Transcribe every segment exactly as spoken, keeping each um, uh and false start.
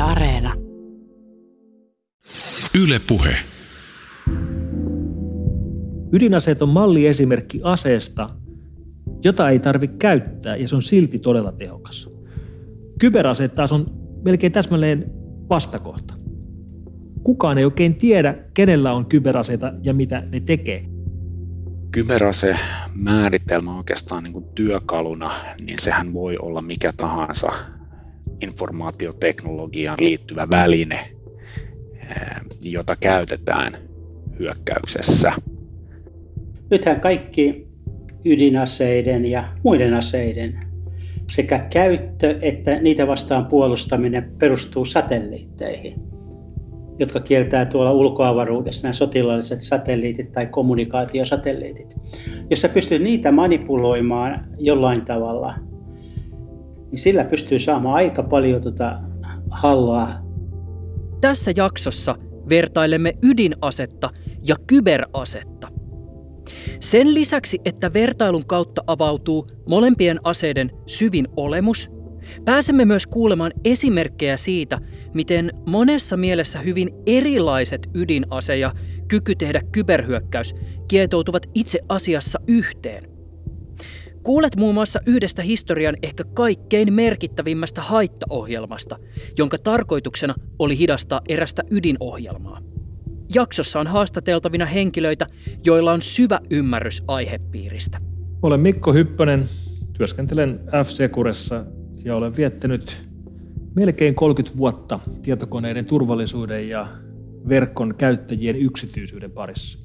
Areena. Yle Puhe. Ydinaseet on malliesimerkki aseesta, jota ei tarvitse käyttää, ja se on silti todella tehokas. Kyberaseet taas on melkein täsmälleen vastakohta. Kukaan ei oikein tiedä, kenellä on kyberaseita ja mitä ne tekee. Kyberase määritelmä oikeastaan niin kuin työkaluna, niin sehän voi olla mikä tahansa informaatioteknologiaan liittyvä väline, jota käytetään hyökkäyksessä. Nythän kaikki ydinaseiden ja muiden aseiden sekä käyttö että niitä vastaan puolustaminen perustuu satelliitteihin, jotka kiertää tuolla ulkoavaruudessa, nämä sotilaalliset satelliitit tai kommunikaatiosatelliitit. Jos sä pystyt niitä manipuloimaan jollain tavalla, niin sillä pystyy saamaan aika paljon tuota hallaa. Tässä jaksossa vertailemme ydinasetta ja kyberasetta. Sen lisäksi, että vertailun kautta avautuu molempien aseiden syvin olemus, pääsemme myös kuulemaan esimerkkejä siitä, miten monessa mielessä hyvin erilaiset ydinase ja kyky tehdä kyberhyökkäys kietoutuvat itse asiassa yhteen. Kuulet muun muassa yhdestä historian ehkä kaikkein merkittävimmästä haittaohjelmasta, jonka tarkoituksena oli hidastaa erästä ydinohjelmaa. Jaksossa on haastateltavina henkilöitä, joilla on syvä ymmärrys aihepiiristä. Olen Mikko Hyppönen, työskentelen F-Securessa ja olen viettänyt melkein kolmekymmentä vuotta tietokoneiden turvallisuuden ja verkon käyttäjien yksityisyyden parissa.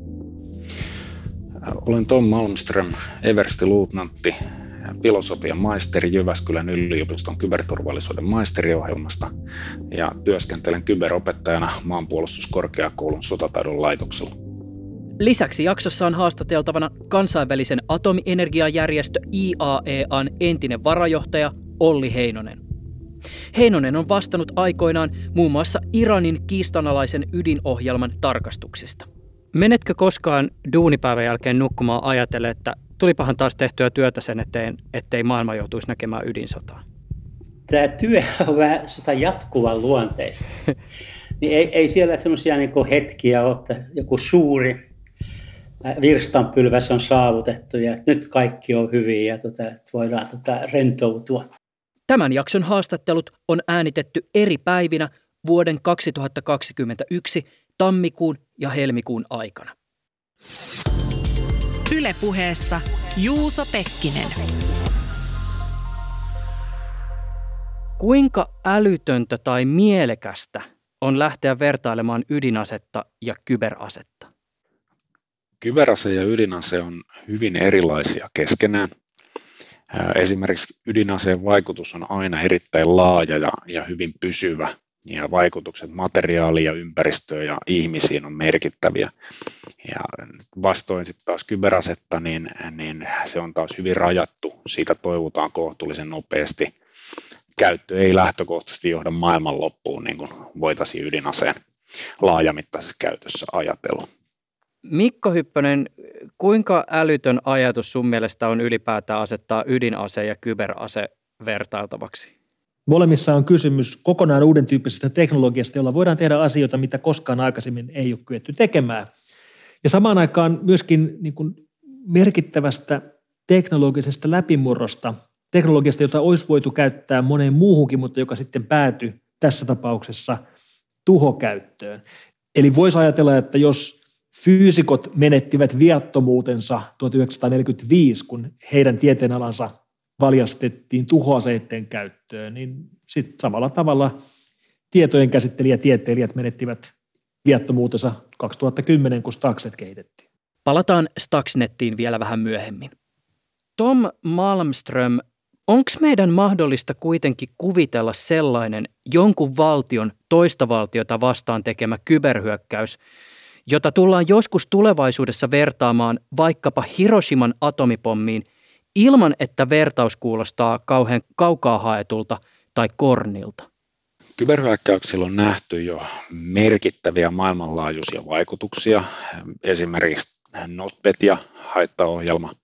Olen Tom Malmström, everstiluutnantti, filosofian maisteri Jyväskylän yliopiston kyberturvallisuuden maisteriohjelmasta ja työskentelen kyberopettajana Maanpuolustuskorkeakoulun sotataidon laitoksella. Lisäksi jaksossa on haastateltavana kansainvälisen atomienergiajärjestö I A E A:n entinen varajohtaja Olli Heinonen. Heinonen on vastannut aikoinaan muun muassa Iranin kiistanalaisen ydinohjelman tarkastuksista. Menetkö koskaan duunipäivän jälkeen nukkumaan ajatellen, että tulipahan taas tehtyä työtä sen eteen, ettei maailma joutuisi näkemään ydinsotaa? Tämä työ on vähän sitä jatkuvan luonteista. Niin ei, ei siellä semmoisia niin kuin hetkiä ole, että joku suuri virstanpylväs on saavutettu ja nyt kaikki on hyvin ja tota, voidaan tota, rentoutua. Tämän jakson haastattelut on äänitetty eri päivinä vuoden kaksituhattakaksikymmentäyksi tammikuun ja helmikuun aikana. Yle Puheessa Juuso Pekkinen. Kuinka älytöntä tai mielekästä on lähteä vertailemaan ydinasetta ja kyberasetta? Kyberase ja ydinase on hyvin erilaisia keskenään. Esimerkiksi ydinaseen vaikutus on aina erittäin laaja ja, ja hyvin pysyvä. Ja vaikutukset materiaaliin ja ympäristöön ja ihmisiin on merkittäviä. Ja vastoin sitten taas kyberasetta, niin, niin se on taas hyvin rajattu. Siitä toivutaan kohtuullisen nopeasti. Käyttö ei lähtökohtaisesti johda maailmanloppuun, niin kuin voitaisiin ydinaseen laajamittaisessa käytössä ajatella. Mikko Hyppönen, kuinka älytön ajatus sun mielestä on ylipäätään asettaa ydinase ja kyberase vertailtavaksi? Molemmissa on kysymys kokonaan uuden tyyppisestä teknologiasta, jolla voidaan tehdä asioita, mitä koskaan aikaisemmin ei ole kyetty tekemään. Ja samaan aikaan myöskin niin kuin merkittävästä teknologisesta läpimurrosta, teknologiasta, jota olisi voitu käyttää moneen muuhunkin, mutta joka sitten päätyi tässä tapauksessa tuhokäyttöön. Eli voisi ajatella, että jos fyysikot menettivät viattomuutensa tuhatyhdeksänsataaneljäkymmentäviisi, kun heidän tieteenalansa valjastettiin tuhoaseiden käyttöön, niin sitten samalla tavalla tietojen käsittelijät ja tieteilijät menettivät viattomuutensa kaksituhattakymmenen, kun Stuxnet kehitettiin. Palataan Stuxnettiin vielä vähän myöhemmin. Tom Malmström, onko meidän mahdollista kuitenkin kuvitella sellainen jonkun valtion toista valtiota vastaan tekemä kyberhyökkäys, jota tullaan joskus tulevaisuudessa vertaamaan vaikkapa Hiroshiman atomipommiin ilman, että vertaus kuulostaa kauhean kaukaa haetulta tai kornilta? Kyberhyökkäyksillä on nähty jo merkittäviä maailmanlaajuisia vaikutuksia, esimerkiksi NotPetya-haittaohjelma.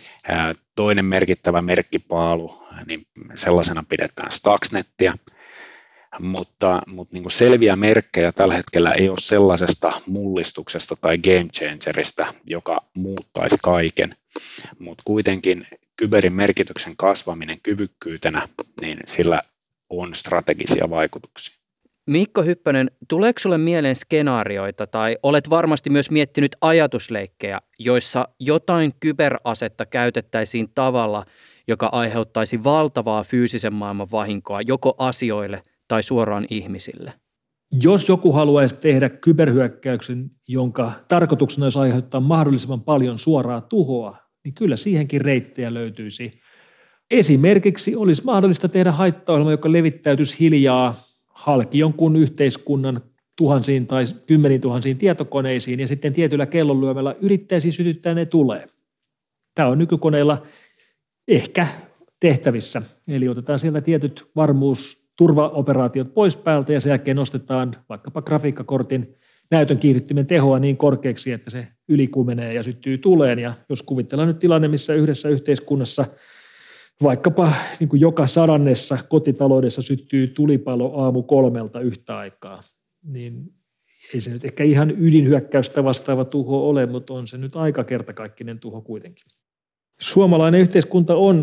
Toinen merkittävä merkkipaalu, niin sellaisena pidetään Stuxnetia. mutta, mutta niin kuin selviä merkkejä tällä hetkellä ei ole sellaisesta mullistuksesta tai game changerista, joka muuttaisi kaiken, mutta kuitenkin kyberin merkityksen kasvaminen kyvykkyytenä, niin sillä on strategisia vaikutuksia. Mikko Hyppönen, tuleeko sinulle mieleen skenaarioita tai olet varmasti myös miettinyt ajatusleikkejä, joissa jotain kyberasetta käytettäisiin tavalla, joka aiheuttaisi valtavaa fyysisen maailman vahinkoa joko asioille tai suoraan ihmisille? Jos joku haluaisi tehdä kyberhyökkäyksen, jonka tarkoituksena olisi aiheuttaa mahdollisimman paljon suoraa tuhoa, niin kyllä siihenkin reittejä löytyisi. Esimerkiksi olisi mahdollista tehdä haittaohjelma, joka levittäytyisi hiljaa halki jonkun yhteiskunnan tuhansiin tai kymmeniin tuhansiin tietokoneisiin ja sitten tietyllä kellonlyömällä yrittäisi sytyttää ne tulee. Tämä on nykykoneilla ehkä tehtävissä. Eli otetaan sieltä tietyt varmuusturvaoperaatiot pois päältä ja sen jälkeen nostetaan vaikkapa grafiikkakortin näytön kiihdyttimen tehoa niin korkeaksi, että se ylikuumenee ja syttyy tuleen. Ja jos kuvitellaan nyt tilanne, missä yhdessä yhteiskunnassa vaikkapa niin kuin joka sadannessa kotitaloudessa syttyy tulipalo aamu kolmelta yhtä aikaa, niin ei se nyt ehkä ihan ydinhyökkäystä vastaava tuho ole, mutta on se nyt aika kertakaikkinen tuho kuitenkin. Suomalainen yhteiskunta on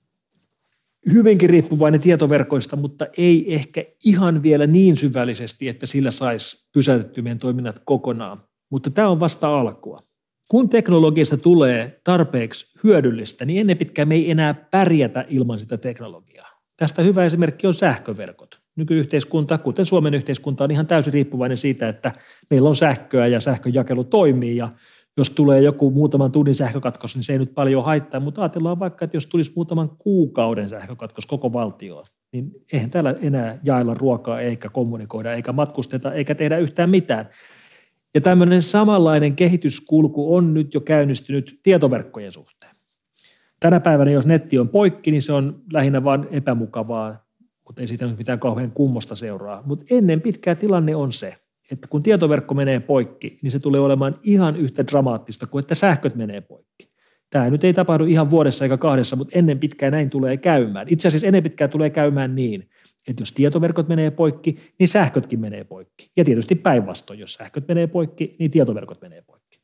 hyvinkin riippuvainen tietoverkoista, mutta ei ehkä ihan vielä niin syvällisesti, että sillä saisi pysäytettyä meidän toiminnat kokonaan. Mutta tämä on vasta alkua. Kun teknologiasta tulee tarpeeksi hyödyllistä, niin ennen pitkään me ei enää pärjätä ilman sitä teknologiaa. Tästä hyvä esimerkki on sähköverkot. Nykyyhteiskunta, kuten Suomen yhteiskunta, on ihan täysin riippuvainen siitä, että meillä on sähköä ja sähköjakelu toimii. Ja jos tulee joku muutaman tunnin sähkökatkos, niin se ei nyt paljon haittaa, mutta ajatellaan vaikka, että jos tulisi muutaman kuukauden sähkökatkos koko valtioon, niin eihän täällä enää jaella ruokaa, eikä kommunikoida, eikä matkusteta, eikä tehdä yhtään mitään. Ja tämmöinen samanlainen kehityskulku on nyt jo käynnistynyt tietoverkkojen suhteen. Tänä päivänä, jos netti on poikki, niin se on lähinnä vain epämukavaa, mutta ei siitä nyt mitään kauhean kummosta seuraa. Mutta ennen pitkää tilanne on se, että kun tietoverkko menee poikki, niin se tulee olemaan ihan yhtä dramaattista kuin että sähköt menee poikki. Tämä nyt ei tapahdu ihan vuodessa eikä kahdessa, mutta ennen pitkää näin tulee käymään. Itse asiassa ennen pitkää tulee käymään niin, että jos tietoverkot menee poikki, niin sähkötkin menee poikki. Ja tietysti päinvastoin, jos sähköt menee poikki, niin tietoverkot menee poikki.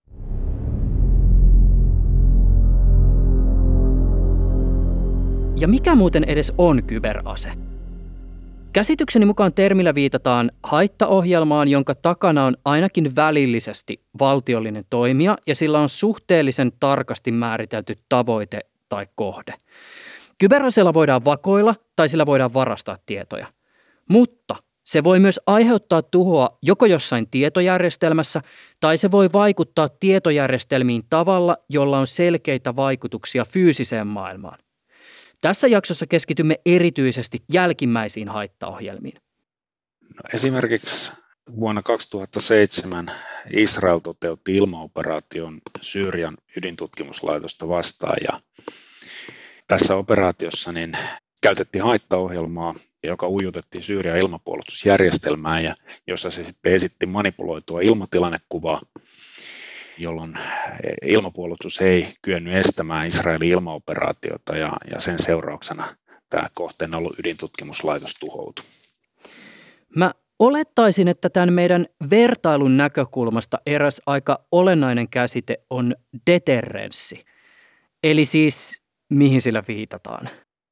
Ja mikä muuten edes on kyberase? Käsitykseni mukaan termillä viitataan haittaohjelmaan, jonka takana on ainakin välillisesti valtiollinen toimija ja sillä on suhteellisen tarkasti määritelty tavoite tai kohde. Kyberaseella voidaan vakoilla tai sillä voidaan varastaa tietoja, mutta se voi myös aiheuttaa tuhoa joko jossain tietojärjestelmässä tai se voi vaikuttaa tietojärjestelmiin tavalla, jolla on selkeitä vaikutuksia fyysiseen maailmaan. Tässä jaksossa keskitymme erityisesti jälkimmäisiin haittaohjelmiin. No, esimerkiksi vuonna kaksituhattaseitsemän Israel toteutti ilmaoperaation Syyrian ydintutkimuslaitosta vastaan ja tässä operaatiossa niin käytettiin haittaohjelmaa, joka ujutettiin Syyrian ilmapuolustusjärjestelmään ja jossa se sitten esitti manipuloitua ilmatilannekuvaa, jolloin ilmapuolustus ei kyennyt estämään Israelin ilmaoperaatiota ja, ja sen seurauksena tämä kohteena ollut ydintutkimuslaitos tuhoutui. Mä olettaisin, että tämän meidän vertailun näkökulmasta eräs aika olennainen käsite on deterrenssi. Eli siis mihin sillä viitataan?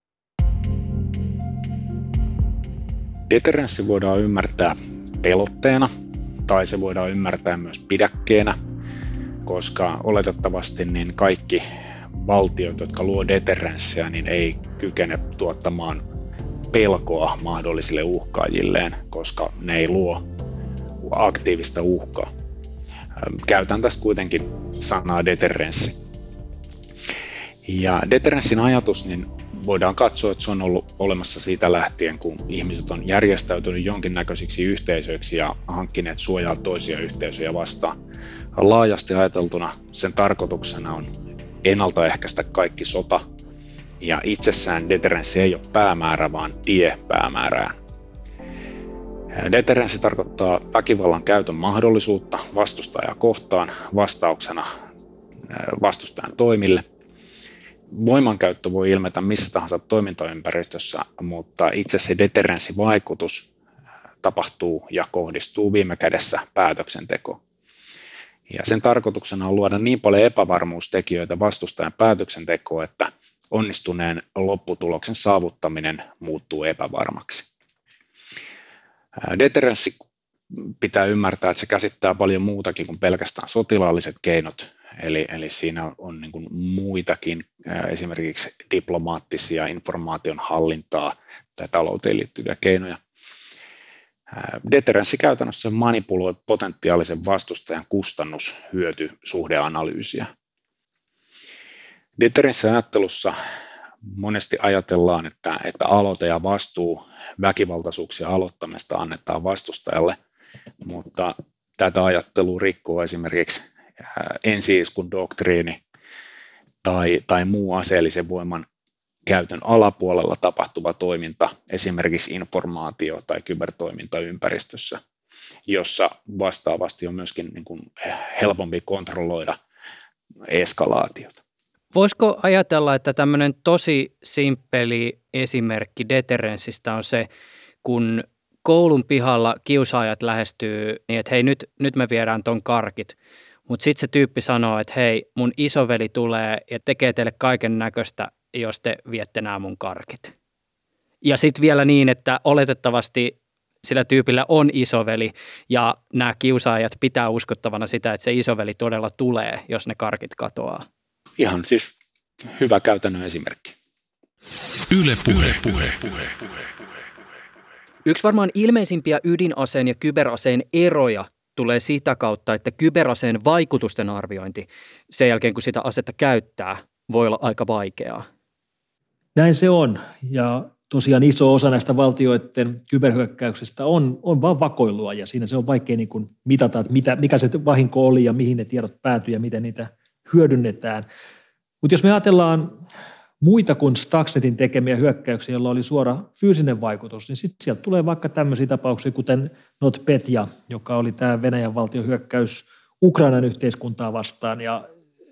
Deterrenssi voidaan ymmärtää pelotteena tai se voidaan ymmärtää myös pidäkkeenä, koska oletettavasti niin kaikki valtiot, jotka luo deterrenssiä, niin ei kykene tuottamaan pelkoa mahdollisille uhkaajilleen, koska ne ei luo aktiivista uhkaa. Käytän tässä kuitenkin sanaa deterrenssi. Ja deterrenssin ajatus, niin voidaan katsoa, että se on ollut olemassa siitä lähtien, kun ihmiset on järjestäytynyt jonkinnäköisiksi yhteisöiksi ja hankkineet suojaa toisia yhteisöjä vastaan. Laajasti ajateltuna sen tarkoituksena on ennaltaehkäistä kaikki sota, ja itsessään deterrenssi ei ole päämäärä, vaan tie päämäärään. Deterrenssi tarkoittaa väkivallan käytön mahdollisuutta vastustajaa kohtaan vastauksena vastustajan toimille. voimankäyttö voi ilmetä missä tahansa toimintaympäristössä, mutta itse se deterrenssivaikutus tapahtuu ja kohdistuu viime kädessä päätöksentekoon. Ja sen tarkoituksena on luoda niin paljon epävarmuustekijöitä vastustajan päätöksentekoon, että onnistuneen lopputuloksen saavuttaminen muuttuu epävarmaksi. Deterrenssi pitää ymmärtää, että se käsittää paljon muutakin kuin pelkästään sotilaalliset keinot, eli, eli siinä on niin kuin muitakin, esimerkiksi diplomaattisia, informaation hallintaa tai talouteen liittyviä keinoja. Deterrenssi käytännössä manipuloi potentiaalisen vastustajan kustannushyöty-suhdeanalyysiä. Deterrenssiajattelussa monesti ajatellaan, että, että aloite ja vastuu väkivaltaisuuksia aloittamista annetaan vastustajalle, mutta tätä ajattelua rikkoo esimerkiksi ensi-iskun doktriini tai, tai muu aseellisen voiman käytön alapuolella tapahtuva toiminta, esimerkiksi informaatio- tai kybertoimintaympäristössä, jossa vastaavasti on myöskin niin kuin helpompi kontrolloida eskalaatiota. Voisiko ajatella, että tämmöinen tosi simppeli esimerkki deterrenssistä on se, kun koulun pihalla kiusaajat lähestyy niin, että hei nyt, nyt me viedään ton karkit, mutta sitten se tyyppi sanoo, että hei mun isoveli tulee ja tekee teille kaiken näköistä, jos te viette nämä mun karkit. Ja sitten vielä niin, että oletettavasti sillä tyypillä on isoveli ja nämä kiusaajat pitää uskottavana sitä, että se isoveli todella tulee, jos ne karkit katoaa. Ihan siis hyvä käytännön esimerkki. Yle Puhe. Puhe. Yksi varmaan ilmeisimpiä ydinaseen ja kyberaseen eroja tulee sitä kautta, että kyberaseen vaikutusten arviointi sen jälkeen, kun sitä asetta käyttää, voi olla aika vaikeaa. Näin se on, ja tosiaan iso osa näistä valtioiden kyberhyökkäyksistä on, on vaan vakoilua, ja siinä se on vaikea niin kuin mitata, että mitä, mikä se vahinko oli ja mihin ne tiedot päätyy ja miten niitä hyödynnetään. Mutta jos me ajatellaan muita kuin Stuxnetin tekemiä hyökkäyksiä, joilla oli suora fyysinen vaikutus, niin sitten sieltä tulee vaikka tämmöisiä tapauksia, kuten NotPetya, joka oli tämä Venäjän valtion hyökkäys Ukrainan yhteiskuntaa vastaan, ja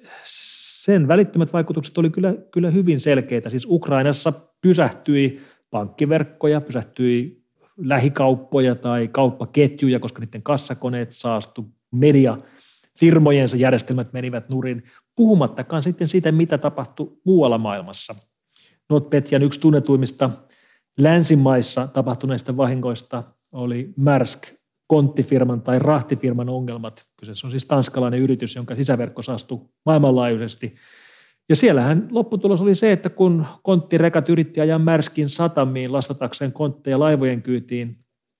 sen välittömät vaikutukset oli kyllä, kyllä hyvin selkeitä. Siis Ukrainassa pysähtyi pankkiverkkoja, pysähtyi lähikauppoja tai kauppaketjuja, koska niiden kassakoneet saastu, mediafirmojensa järjestelmät menivät nurin, puhumattakaan sitten siitä, mitä tapahtui muualla maailmassa. NotPetyan yksi tunnetuimmista länsimaissa tapahtuneista vahingoista oli Maersk, konttifirman tai rahtifirman ongelmat. Kyseessä on siis tanskalainen yritys, jonka sisäverkko saastui maailmanlaajuisesti. Ja siellähän lopputulos oli se, että kun konttirekat yritti ajaa Maerskin satamiin lastatakseen kontteja laivojen kyytiin,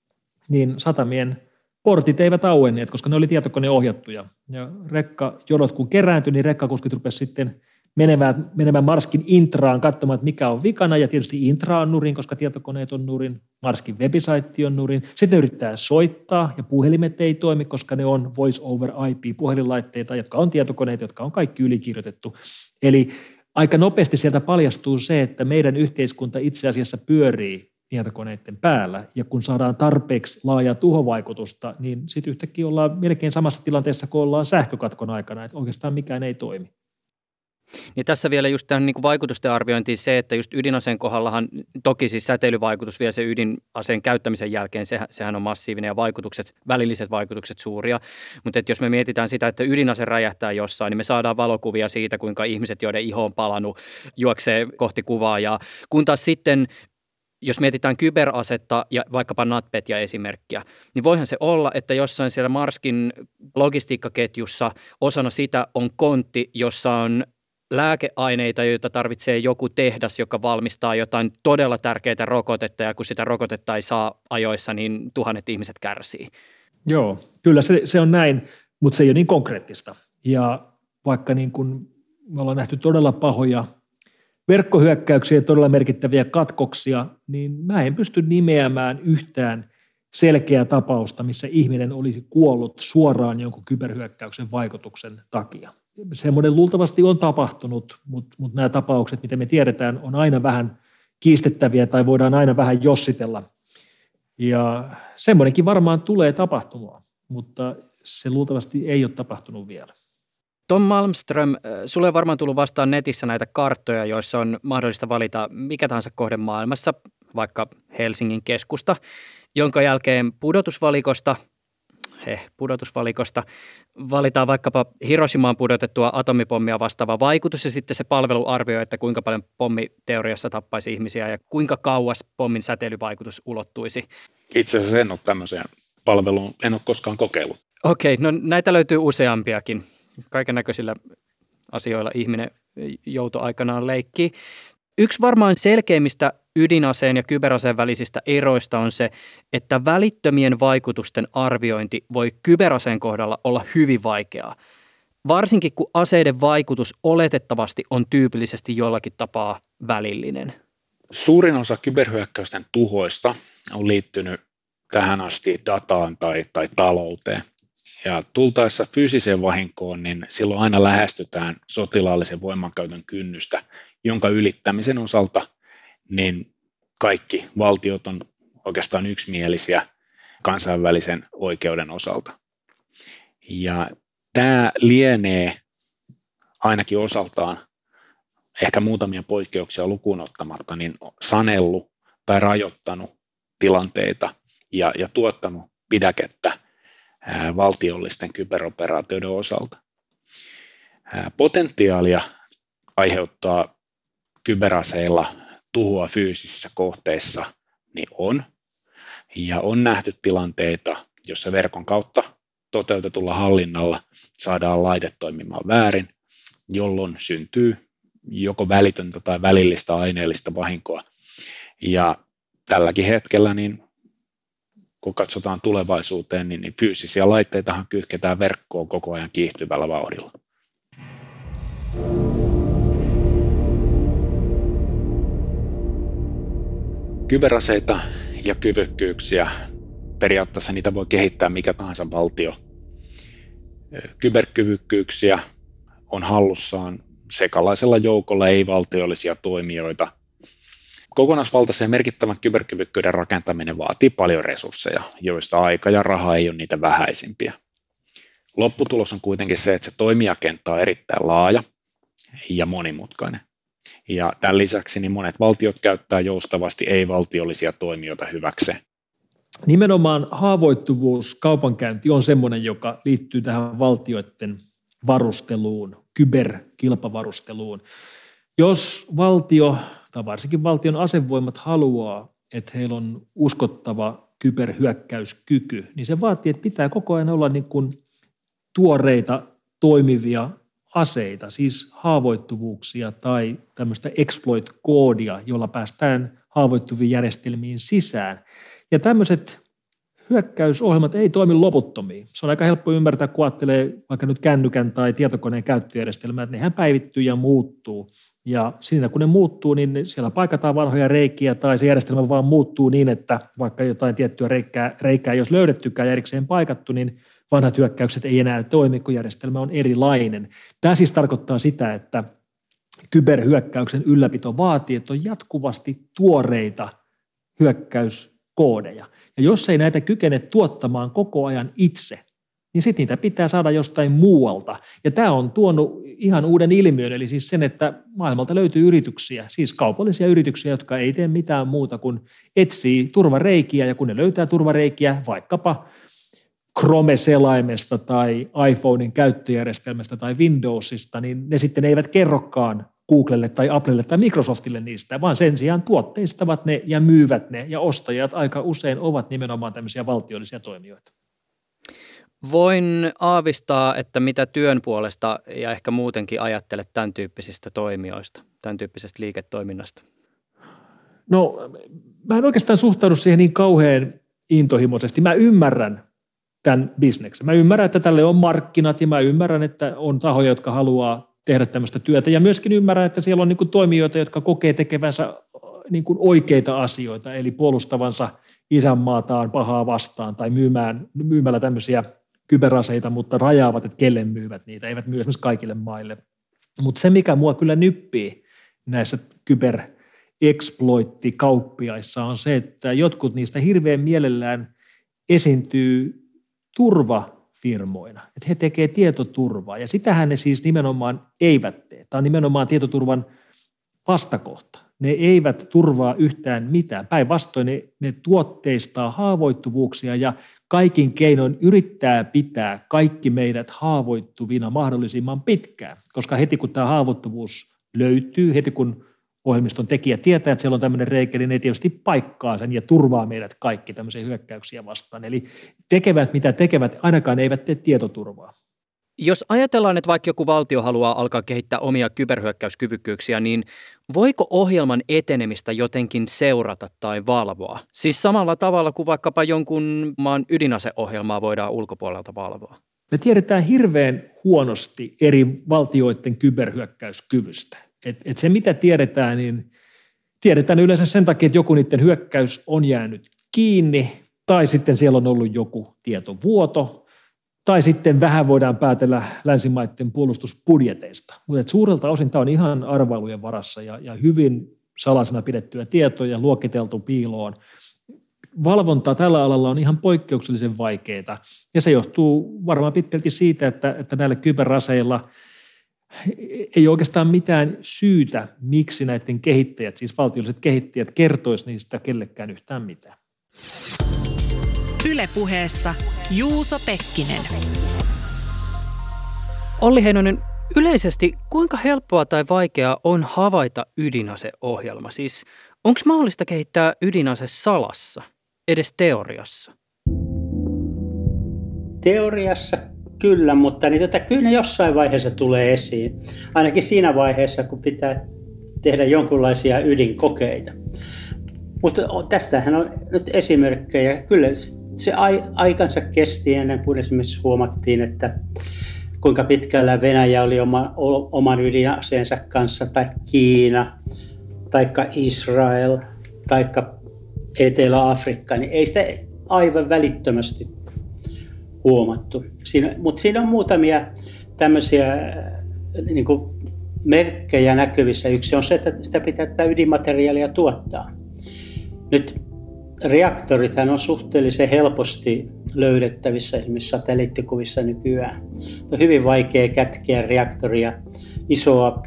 niin satamien portit eivät auenneet, koska ne oli tietokoneohjattuja. Ja rekkajodot kun kerääntyi, niin rekkakuskit rupesivat sitten menemään, menemään Maerskin intraan katsomaan, että mikä on vikana. Ja tietysti intra on nurin, koska tietokoneet on nurin. Maerskin webisaitti on nurin. Sitten ne yrittää soittaa ja puhelimet ei toimi, koska ne on voice over I P-puhelinlaitteita, jotka on tietokoneita, jotka on kaikki ylikirjoitettu. Eli aika nopeasti sieltä paljastuu se, että meidän yhteiskunta itse asiassa pyörii tietokoneiden päällä, ja kun saadaan tarpeeksi laajaa tuhovaikutusta, niin sitten yhtäkkiä ollaan melkein samassa tilanteessa, kun ollaan sähkökatkon aikana, että oikeastaan mikään ei toimi. Niin tässä vielä just tämän niin kuin vaikutusten arviointiin se, että just ydinaseen kohdallahan toki siis säteilyvaikutus vielä se ydinaseen käyttämisen jälkeen, sehän, sehän on massiivinen ja vaikutukset, välilliset vaikutukset suuria, mutta että jos me mietitään sitä, että ydinase räjähtää jossain, niin me saadaan valokuvia siitä, kuinka ihmiset, joiden iho on palannut, juoksee kohti kuvaa, ja kun taas sitten jos mietitään kyberasetta ja vaikkapa NotPetya-esimerkkiä, niin voihan se olla, että jossain siellä Maerskin logistiikkaketjussa osana sitä on kontti, jossa on lääkeaineita, joita tarvitsee joku tehdas, joka valmistaa jotain todella tärkeää rokotetta, ja kun sitä rokotetta ei saa ajoissa, niin tuhannet ihmiset kärsii. Joo, kyllä se, se on näin, mutta se ei ole niin konkreettista. Ja vaikka niin kun me ollaan nähty todella pahoja verkkohyökkäyksiä ja todella merkittäviä katkoksia, niin mä en pysty nimeämään yhtään selkeää tapausta, missä ihminen olisi kuollut suoraan jonkun kyberhyökkäyksen vaikutuksen takia. Semmoinen luultavasti on tapahtunut, mutta, mutta nämä tapaukset, mitä me tiedetään, on aina vähän kiistettäviä tai voidaan aina vähän jossitella. Ja semmoinenkin varmaan tulee tapahtumaan, mutta se luultavasti ei ole tapahtunut vielä. Tom Malmström, sulle on varmaan tullut vastaan netissä näitä karttoja, joissa on mahdollista valita mikä tahansa kohde maailmassa, vaikka Helsingin keskusta, jonka jälkeen pudotusvalikosta, he, pudotusvalikosta valitaan vaikkapa Hiroshimaan pudotettua atomipommia vastaava vaikutus ja sitten se palvelu arvioi, että kuinka paljon pommi teoriassa tappaisi ihmisiä ja kuinka kauas pommin säteilyvaikutus ulottuisi. Itse asiassa en ole tämmöiseen palveluun, en ole koskaan kokeillut. Okei, no näitä löytyy useampiakin. Kaiken näköisillä asioilla ihminen joutoaikanaan leikkii. Yksi varmaan selkeimmistä ydinaseen ja kyberaseen välisistä eroista on se, että välittömien vaikutusten arviointi voi kyberaseen kohdalla olla hyvin vaikeaa. Varsinkin kun aseiden vaikutus oletettavasti on tyypillisesti jollakin tapaa välillinen. Suurin osa kyberhyökkäysten tuhoista on liittynyt tähän asti dataan tai, tai talouteen. Ja tultaessa fyysiseen vahinkoon, niin silloin aina lähestytään sotilaallisen voimankäytön kynnystä, jonka ylittämisen osalta niin kaikki valtiot on oikeastaan yksimielisiä kansainvälisen oikeuden osalta. Ja tämä lienee ainakin osaltaan, ehkä muutamia poikkeuksia lukuun ottamatta, niin sanellut tai rajoittanut tilanteita ja, ja tuottanut pidäkettä ää, valtiollisten kyberoperaatioiden osalta. Ää, potentiaalia aiheuttaa kyberaseilla tuhoa fyysisissä kohteissa niin on, ja on nähty tilanteita, jossa verkon kautta toteutetulla hallinnalla saadaan laite toimimaan väärin, jolloin syntyy joko välitöntä tai välillistä aineellista vahinkoa. Ja tälläkin hetkellä, niin kun katsotaan tulevaisuuteen, niin, niin fyysisiä laitteitahan kytketään verkkoon koko ajan kiihtyvällä vauhdilla. Kyberaseita ja kyvykkyyksiä, periaatteessa niitä voi kehittää mikä tahansa valtio. Kyberkyvykkyyksiä on hallussaan sekalaisella joukolla ei-valtiollisia toimijoita. Kokonaisvaltaisen ja merkittävän kyberkyvykkyyden rakentaminen vaatii paljon resursseja, joista aika ja raha ei ole niitä vähäisimpiä. Lopputulos on kuitenkin se, että se toimijakenttä on erittäin laaja ja monimutkainen. Ja tämän lisäksi niin monet valtiot käyttää joustavasti ei-valtiollisia toimijoita hyväkseen. Nimenomaan haavoittuvuus, kaupankäynti on semmoinen, joka liittyy tähän valtioiden varusteluun, kyberkilpavarusteluun. Jos valtio tai varsinkin valtion asevoimat haluaa, että heillä on uskottava kyberhyökkäyskyky, niin se vaatii, että pitää koko ajan olla niin kuin tuoreita, toimivia aseita, siis haavoittuvuuksia tai tämmöistä exploit-koodia, jolla päästään haavoittuviin järjestelmiin sisään. Ja tämmöiset hyökkäysohjelmat ei toimi loputtomiin. Se on aika helppo ymmärtää, kun ajattelee vaikka nyt kännykän tai tietokoneen käyttöjärjestelmää, että nehän päivittyy ja muuttuu. Ja siinä kun ne muuttuu, niin siellä paikataan vanhoja reikiä tai se järjestelmä vaan muuttuu niin, että vaikka jotain tiettyä reikää, reikää ei olisi löydettykään ja erikseen paikattu, niin vanhat hyökkäykset ei enää toimi, kun järjestelmä on erilainen. Tämä siis tarkoittaa sitä, että kyberhyökkäyksen ylläpito vaatii, että on jatkuvasti tuoreita hyökkäyskoodeja. Ja jos ei näitä kykene tuottamaan koko ajan itse, niin sitten niitä pitää saada jostain muualta. Ja tämä on tuonut ihan uuden ilmiön, eli siis sen, että maailmalta löytyy yrityksiä, siis kaupallisia yrityksiä, jotka ei tee mitään muuta kuin etsii turvareikiä, ja kun ne löytää turvareikiä vaikkapa Chrome-selaimesta tai iPhonein käyttöjärjestelmästä tai Windowsista, niin ne sitten eivät kerrokaan Googlelle tai Applelle tai Microsoftille niistä, vaan sen sijaan tuotteistavat ne ja myyvät ne, ja ostajat aika usein ovat nimenomaan tämmöisiä valtiollisia toimijoita. Voin aavistaa, että mitä työn puolesta ja ehkä muutenkin ajattelet tämän tyyppisistä toimijoista, tämän tyyppisestä liiketoiminnasta. No, mä en oikeastaan suhtaudu siihen niin kauhean intohimoisesti. Mä ymmärrän tämän bisneksen. Mä ymmärrän, että tälle on markkinat ja mä ymmärrän, että on tahoja, jotka haluaa tehdä tämmöistä työtä ja myöskin ymmärrän, että siellä on niin kuin toimijoita, jotka kokee tekevänsä niin kuin oikeita asioita, eli puolustavansa isänmaataan pahaa vastaan tai myymään, myymällä tämmöisiä kyberaseita, mutta rajaavat, että kelle myyvät niitä, eivät myy esimerkiksi kaikille maille. Mutta se, mikä mua kyllä nyppii näissä kyber-exploitti-kauppiaissa on se, että jotkut niistä hirveän mielellään esiintyy turva firmoina, että he tekevät tietoturvaa ja sitähän ne siis nimenomaan eivät tee. Tämä on nimenomaan tietoturvan vastakohta. Ne eivät turvaa yhtään mitään. Päinvastoin ne, ne tuotteistaa haavoittuvuuksia ja kaikin keinoin yrittää pitää kaikki meidät haavoittuvina mahdollisimman pitkään, koska heti kun tämä haavoittuvuus löytyy, heti kun ohjelmiston tekijä tietää, että siellä on tämmöinen reikä, niin ne tietysti paikkaa sen ja turvaa meidät kaikki tämmöisiä hyökkäyksiä vastaan. Eli tekevät mitä tekevät, ainakaan eivät tee tietoturvaa. Jos ajatellaan, että vaikka joku valtio haluaa alkaa kehittää omia kyberhyökkäyskyvykkyyksiä, niin voiko ohjelman etenemistä jotenkin seurata tai valvoa? Siis samalla tavalla kuin vaikkapa jonkun maan ydinaseohjelmaa voidaan ulkopuolelta valvoa. Me tiedetään hirveän huonosti eri valtioiden kyberhyökkäyskyvystä. Et, et se mitä tiedetään, niin tiedetään yleensä sen takia, että joku niiden hyökkäys on jäänyt kiinni, tai sitten siellä on ollut joku tietovuoto, tai sitten vähän voidaan päätellä länsimaiden puolustusbudjeteista. Mutta suurelta osin tämä on ihan arvailujen varassa ja, ja hyvin salaisena pidettyä tietoja, luokiteltu piiloon. Valvonta tällä alalla on ihan poikkeuksellisen vaikeaa, ja se johtuu varmaan pitkälti siitä, että, että näillä kyberaseilla ei oikeastaan mitään syytä, miksi näiden kehittäjät, siis valtiolliset kehittäjät, kertoisi niistä kellekään yhtään mitään. Yle Puheessa Juuso Pekkinen. Olli Heinonen, yleisesti kuinka helppoa tai vaikeaa on havaita ydinaseohjelma? Siis onko mahdollista kehittää ydinase salassa, edes teoriassa? Teoriassa kyllä, mutta niin tota, kyllä ne jossain vaiheessa tulee esiin. Ainakin siinä vaiheessa, kun pitää tehdä jonkinlaisia ydinkokeita. Mutta tästähän on nyt esimerkkejä. Kyllä se aikansa kesti ennen kuin esimerkiksi huomattiin, että kuinka pitkällä Venäjä oli oma, oman ydinaseensa kanssa, tai Kiina, tai Israel, tai Etelä-Afrikka, niin ei sitä aivan välittömästi huomattu. Siinä, mutta siinä on muutamia tämmöisiä niin kuin merkkejä näkyvissä. Yksi on se, että sitä pitää tätä ydinmateriaalia tuottaa. Nyt reaktorithan on suhteellisen helposti löydettävissä esimerkiksi satelliittikuvissa nykyään. On hyvin vaikea kätkeä reaktoria, isoa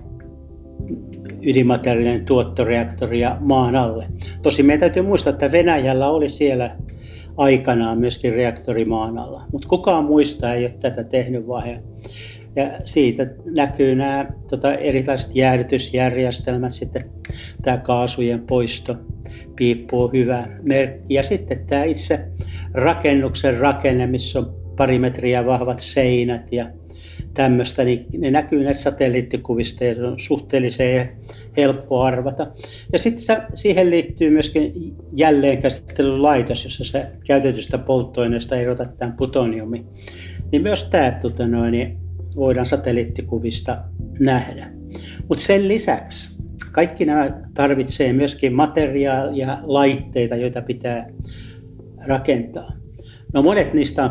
ydinmateriaalinen tuottoreaktoria maan alle. Tosin meidän täytyy muistaa, että Venäjällä oli siellä aikanaan myöskin reaktori maan alla, mutta kukaan muista ei ole tätä tehnyt vaihe. Ja siitä näkyy nämä tota, erilaiset jäähdytysjärjestelmät, sitten tämä kaasujen poisto, piippu on hyvä merkki. Ja sitten tämä itse rakennuksen rakenne, missä on pari metriä vahvat seinät ja tämmöistä, niin ne näkyy näistä satelliittikuvista ja se on suhteellisen helppo arvata. Ja sitten siihen liittyy myöskin jälleenkäsittelylaitos, jossa se käytetystä polttoaineesta erotetaan plutoniumi. Niin myös tämä tota noin, voidaan satelliittikuvista nähdä. Mutta sen lisäksi kaikki nämä tarvitsee myöskin materiaalia ja laitteita, joita pitää rakentaa. No monet niistä on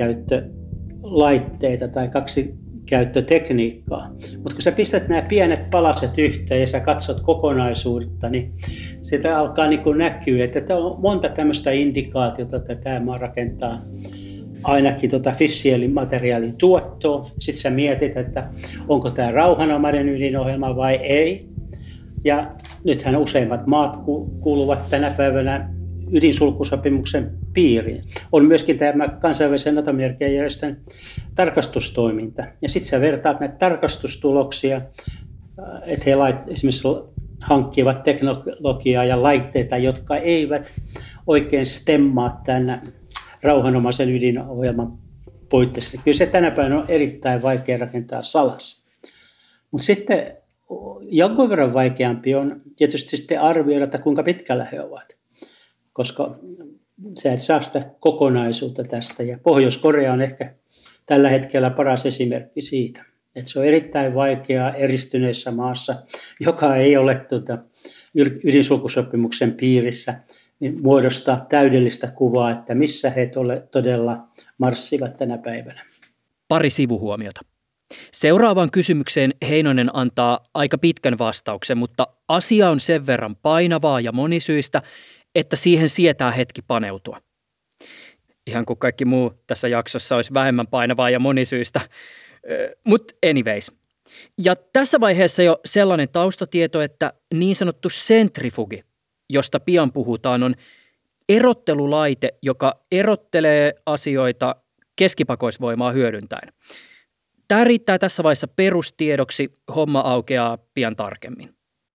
kaksikäyttölaitteita tai kaksikäyttötekniikkaa, mutta kun sä pistät nämä pienet palaset yhteen ja sä katsot kokonaisuutta, niin sitä alkaa niin kuin näkyä, että on monta tämmöistä indikaatiota, että tämä maa rakentaa ainakin tuota fissielin materiaalin tuottoa. Sitten sä mietit, että onko tämä rauhanomainen ydinohjelma vai ei. Ja nythän useimmat maat kuuluvat tänä päivänä ydinsulkusopimuksen piiriin. On myöskin tämä kansainvälisen atomiarkeajärjestön tarkastustoiminta. Ja sitten sä vertaat näitä tarkastustuloksia, että he lait, esimerkiksi hankkivat teknologiaa ja laitteita, jotka eivät oikein stemmaa tänne rauhanomaisen ydinohjelman puitteissa. Kyllä se tänä päivänä on erittäin vaikea rakentaa salassa. Mutta sitten jonkun verran vaikeampi on tietysti sitten arvioida, että kuinka pitkällä he ovat, koska sä et saa sitä kokonaisuutta tästä. Ja Pohjois-Korea on ehkä tällä hetkellä paras esimerkki siitä, että se on erittäin vaikeaa eristyneessä maassa, joka ei ole tuota ydinsulkusopimuksen piirissä, niin muodostaa täydellistä kuvaa, että missä he todella marssivat tänä päivänä. Pari sivuhuomiota. Seuraavaan kysymykseen Heinonen antaa aika pitkän vastauksen, mutta asia on sen verran painavaa ja monisyistä, että siihen sietää hetki paneutua. ihan kuin kaikki muu tässä jaksossa olisi vähemmän painavaa ja monisyistä. Mutta anyways. Ja tässä vaiheessa jo sellainen taustatieto, että niin sanottu sentrifugi, josta pian puhutaan, on erottelulaite, joka erottelee asioita keskipakoisvoimaa hyödyntäen. Tämä riittää tässä vaiheessa perustiedoksi, homma aukeaa pian tarkemmin.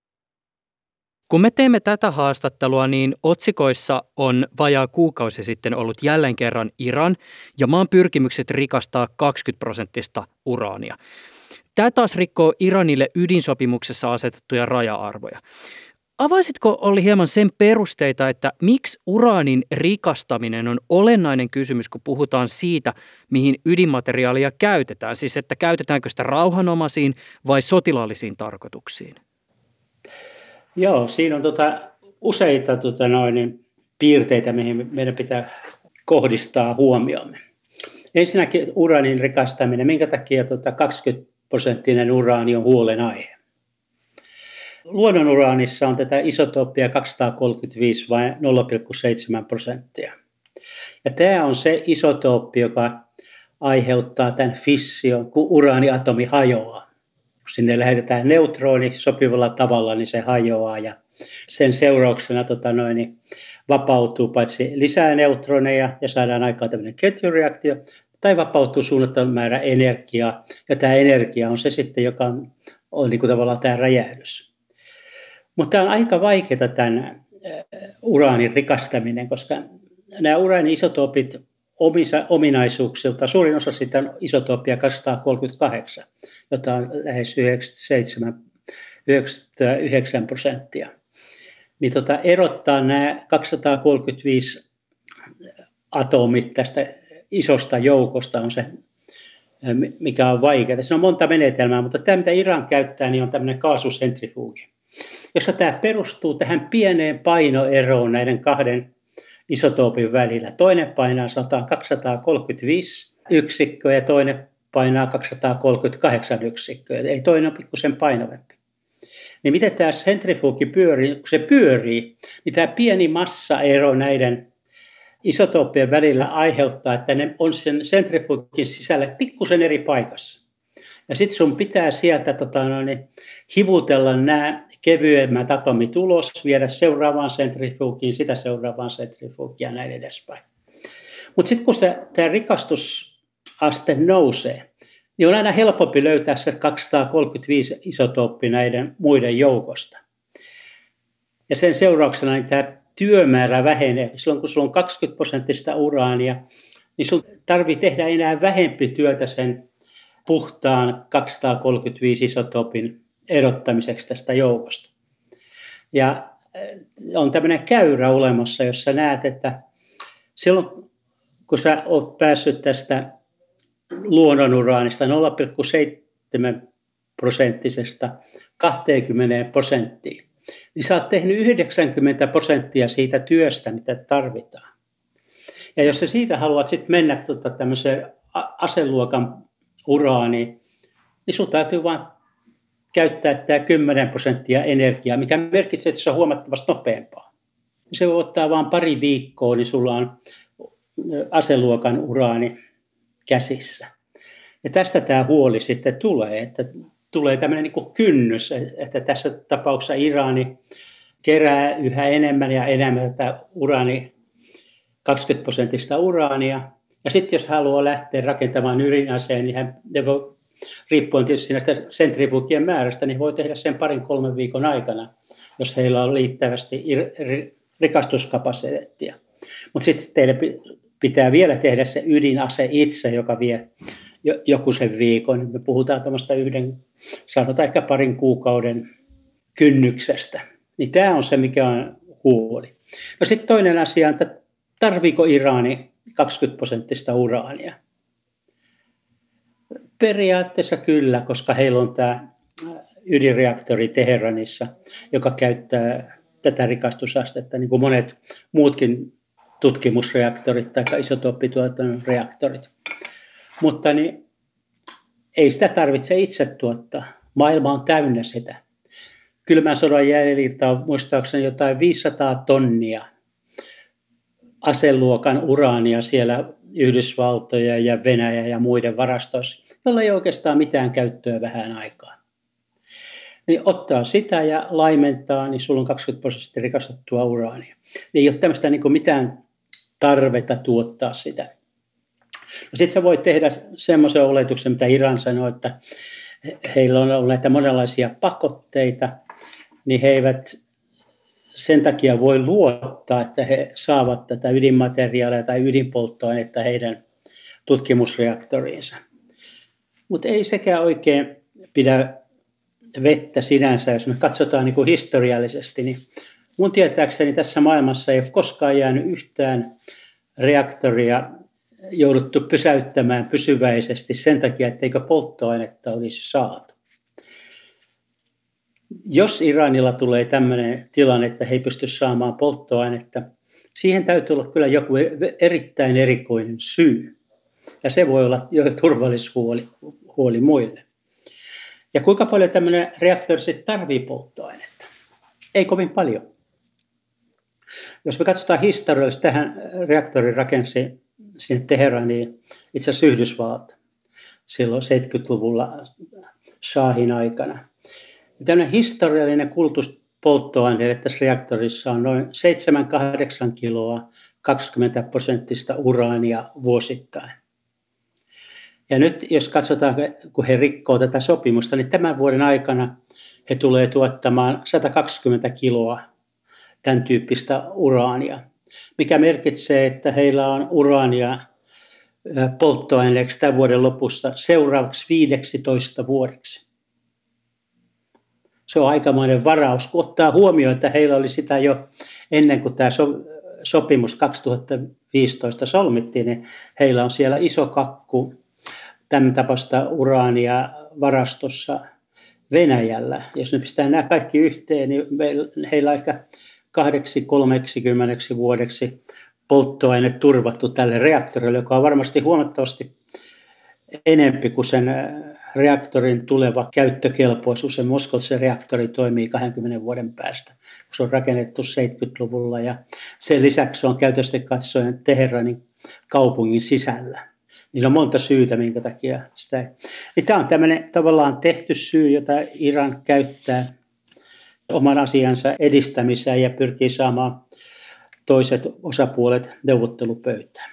Kun me teemme tätä haastattelua, niin otsikoissa on vajaa kuukausi sitten ollut jälleen kerran Iran ja maan pyrkimykset rikastaa kaksikymmentä prosenttista uraania. Tämä taas rikkoo Iranille ydinsopimuksessa asetettuja raja-arvoja. Avaisitko Olli hieman sen perusteita, että miksi uraanin rikastaminen on olennainen kysymys, kun puhutaan siitä, mihin ydinmateriaalia käytetään? Siis että käytetäänkö sitä rauhanomaisiin vai sotilaallisiin tarkoituksiin? Joo, siinä on tota useita tota noin, piirteitä, mihin meidän pitää kohdistaa huomiomme. Ensinnäkin uraanin rikastaminen. Minkä takia tota kaksikymmentä prosenttinen uraani on huolenaihe? Luonnonuraanissa on tätä isotooppia kaksisataakolmekymmentäviisi vai nolla pilkku seitsemän prosenttia. Ja tämä on se isotooppi, joka aiheuttaa tämän fission, kun uraaniatomi hajoaa. Kun sinne lähetetään neutroni sopivalla tavalla, niin se hajoaa ja sen seurauksena tota noin, niin vapautuu paitsi lisää neutroneja ja saadaan aikaan tämmöinen ketjureaktio, tai vapautuu suunnattoman määrä energiaa. Ja tämä energia on se sitten, joka on, on niin kuin tavallaan tämä räjähdys. Mutta tämä on aika vaikeaa tämän uraanin rikastaminen, koska nämä uraanin isotoopit omissa ominaisuuksilta, suurin osa siitä on isotooppia kaksisataakolmekymmentäkahdeksan, jota on lähes yhdeksänkymmentäyhdeksän prosenttia. Niin tota, erottaa nämä kaksisataakolmekymmentäviisi atomit tästä isosta joukosta on se, mikä on vaikeaa. Siinä on monta menetelmää, mutta tämä, mitä Iran käyttää, niin on tämmöinen kaasusentrifugi, jossa tämä perustuu tähän pieneen painoeroon näiden kahden isotoopin välillä. Toinen painaa sanotaan kaksisataakolmekymmentäviisi yksikköä ja toinen painaa kaksisataakolmekymmentäkahdeksan yksikköä. Eli toinen on pikkusen painavampi. Niin miten tämä sentrifugi pyörii? Kun se pyörii, niin tämä pieni massaero näiden isotooppien välillä aiheuttaa, että ne on sen sentrifugin sisällä pikkusen eri paikassa. Ja sitten sun pitää sieltä tota, noin, hivutella nämä kevyemmät atomit ulos, viedä seuraavaan sentrifugiin, sitä seuraavaan sentrifugiin ja näin edespäin. Mutta sitten kun tämä rikastusaste nousee, niin on aina helpompi löytää se kaksisataakolmekymmentäviisi isotooppi näiden muiden joukosta. Ja sen seurauksena niin tämä työmäärä vähenee. Silloin kun sulla on kaksikymmentä prosenttista uraania, niin sun tarvitsee tehdä enää vähempi työtä sen puhtaan kaksisataakolmekymmentäviisi isotoopin erottamiseksi tästä joukosta. Ja on tämmöinen käyrä olemassa, jossa näet, että silloin kun sä oot päässyt tästä luonnonuraanista nolla pilkku seitsemän prosenttisesta kaksikymmentä prosenttiin, niin sä oot tehnyt yhdeksänkymmentä prosenttia siitä työstä, mitä tarvitaan. Ja jos sä siitä haluat sitten mennä tuota tämmöiseen aseluokan uraaniin, niin sun täytyy vaan käyttää tämä kymmenen prosenttia energiaa, mikä merkitsee, että se on huomattavasti nopeampaa. Se voi ottaa vain pari viikkoa, niin sulla on aseluokan uraani käsissä. Ja tästä tämä huoli sitten tulee, että tulee tämmöinen niin kuin kynnys, että tässä tapauksessa Irani kerää yhä enemmän ja enemmän tätä uraani, kaksikymmentä prosenttista uraania. Ja sitten jos haluaa lähteä rakentamaan ydinaseen, niin hän, ne voi, riippuen tietysti näistä sentrifugien määrästä, niin voi tehdä sen parin kolmen viikon aikana, jos heillä on liittävästi rikastuskapasiteettia. Mutta sitten teidän pitää vielä tehdä se ydinase itse, joka vie joku sen viikon. Me puhutaan tämmöistä yhden, sanotaan ehkä parin kuukauden kynnyksestä. Niin tämä on se, mikä on huoli. No sitten toinen asia on, että tarviiko Irani kaksikymmentä prosenttista uraania? Periaatteessa kyllä, koska heillä on tämä ydinreaktori Teheranissa, joka käyttää tätä rikastusastetta, niin kuin monet muutkin tutkimusreaktorit tai isotooppituotannon reaktorit. Mutta niin, ei sitä tarvitse itse tuottaa. Maailma on täynnä sitä. Kylmän sodan jäljiltä on muistaakseni jotain viisisataa tonnia aseluokan uraania siellä Yhdysvaltoja ja Venäjä ja muiden varastoissa, jolla ei oikeastaan mitään käyttöä vähän aikaa. Niin ottaa sitä ja laimentaa, niin sulla on kaksikymmentä prosenttia rikastettua uraania. Ei ole tämmöistä niin kuin mitään tarvetta tuottaa sitä. No sitten sä voit tehdä semmoisen oletuksen, mitä Iran sanoi, että heillä on ollut näitä monenlaisia pakotteita, niin he eivät sen takia voi luottaa, että he saavat tätä ydinmateriaalia tai ydinpolttoainetta heidän tutkimusreaktoriinsa. Mutta ei sekään oikein pidä vettä sinänsä, jos me katsotaan niin kuin historiallisesti, niin mun tietääkseni tässä maailmassa ei ole koskaan jäänyt yhtään reaktoria jouduttu pysäyttämään pysyväisesti sen takia, etteikö polttoainetta olisi saatu. Jos Iranilla tulee tämmöinen tilanne, että he ei pysty saamaan polttoainetta, siihen täytyy olla kyllä joku erittäin erikoinen syy. Ja se voi olla jo turvallisuushuoli huoli muille. Ja kuinka paljon tämmöinen reaktori sitten tarvitsee polttoainetta? Ei kovin paljon. Jos me katsotaan historiallisesti, tähän reaktorin rakensi sinne Teheraniin itse asiassa Yhdysvallat silloin seitsemänkymmentäluvulla Shahin aikana. Ja tämmöinen historiallinen kulutus polttoaineelle tässä reaktorissa on noin seitsemän kahdeksan kiloa kaksikymmentä prosenttista uraania vuosittain. Ja nyt jos katsotaan, kun he rikkoo tätä sopimusta, niin tämän vuoden aikana he tulee tuottamaan sata kaksikymmentä kiloa tämän tyyppistä uraania, mikä merkitsee, että heillä on uraania polttoaineeksi tämän vuoden lopussa seuraavaksi viisitoista vuodeksi. Se on aikamoinen varaus, kun ottaa huomioon, että heillä oli sitä jo ennen kuin tämä sopimus kaksituhattaviisitoista solmittiin, niin heillä on siellä iso kakku tämän tapaista uraania varastossa Venäjällä. Jos ne pistää nämä kaikki yhteen, niin heillä on aika kahdeksi kolmeksikymmeneksi vuodeksi polttoaine turvattu tälle reaktorille, joka on varmasti huomattavasti enempi kuin sen reaktorin tuleva käyttökelpoisuus. Se Moskovitsin reaktori toimii kaksikymmentä vuoden päästä, kun se on rakennettu seitsemänkymmentäluvulla ja sen lisäksi se on käytöstä katsoen Teheranin kaupungin sisällä. Niillä on monta syytä, minkä takia sitä ei. Tämä on tämmöinen tavallaan tehty syy, jota Iran käyttää oman asiansa edistämiseen ja pyrkii saamaan toiset osapuolet neuvottelupöytään.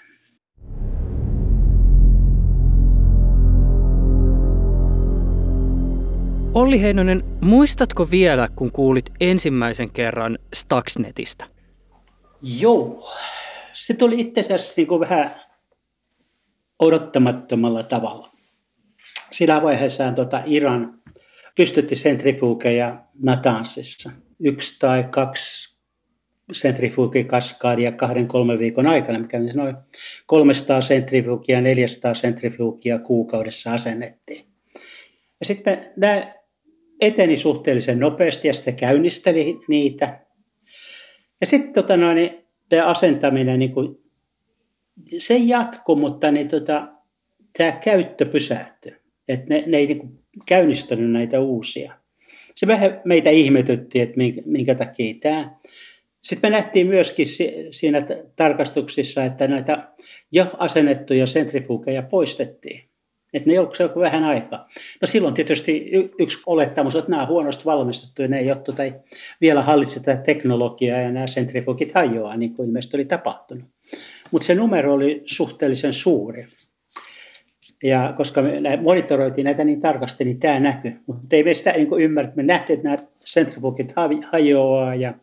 Olli Heinonen, muistatko vielä, kun kuulit ensimmäisen kerran Stuxnetistä? Joo, se tuli itse asiassa niin kuin vähän odottamattomalla tavalla. Siinä vaiheessa tuota, Iran pystytti sentrifugeja Natansissa. Yksi tai kaksi sentrifugikaskaadia kahden kolmen viikon aikana, mikä noin kolmesataa sentrifugia ja neljäsataa sentrifugia kuukaudessa asennettiin. Ja sitten nämä eteni suhteellisen nopeasti ja sitten käynnisteli niitä. Ja sitten tota noin, tämä asentaminen, niin kuin, se jatkui, mutta niin, tota, tämä käyttö pysähtyi. Että ne, ne ei niin kuin, käynnistänyt näitä uusia. Se vähän meitä ihmetytti, että minkä, minkä takia tämä. Sitten me nähtiin myöskin siinä tarkastuksissa, että näitä jo asennettuja sentrifugeja poistettiin. Että ne joukkoi vähän aikaa. No silloin tietysti yksi olettamus, että nämä on huonosti valmistettu ja ne ei ole tuota, vielä hallitse tätä teknologiaa ja nämä sentrifugit hajoaa, niin kuin ilmeisesti oli tapahtunut. Mutta se numero oli suhteellisen suuri. Ja koska me monitoroitiin näitä niin tarkasti, niin tämä näkyi. Mutta ei me sitä niin ymmärrä. Me nähtiin, että nämä sentrifugit hajoaa ja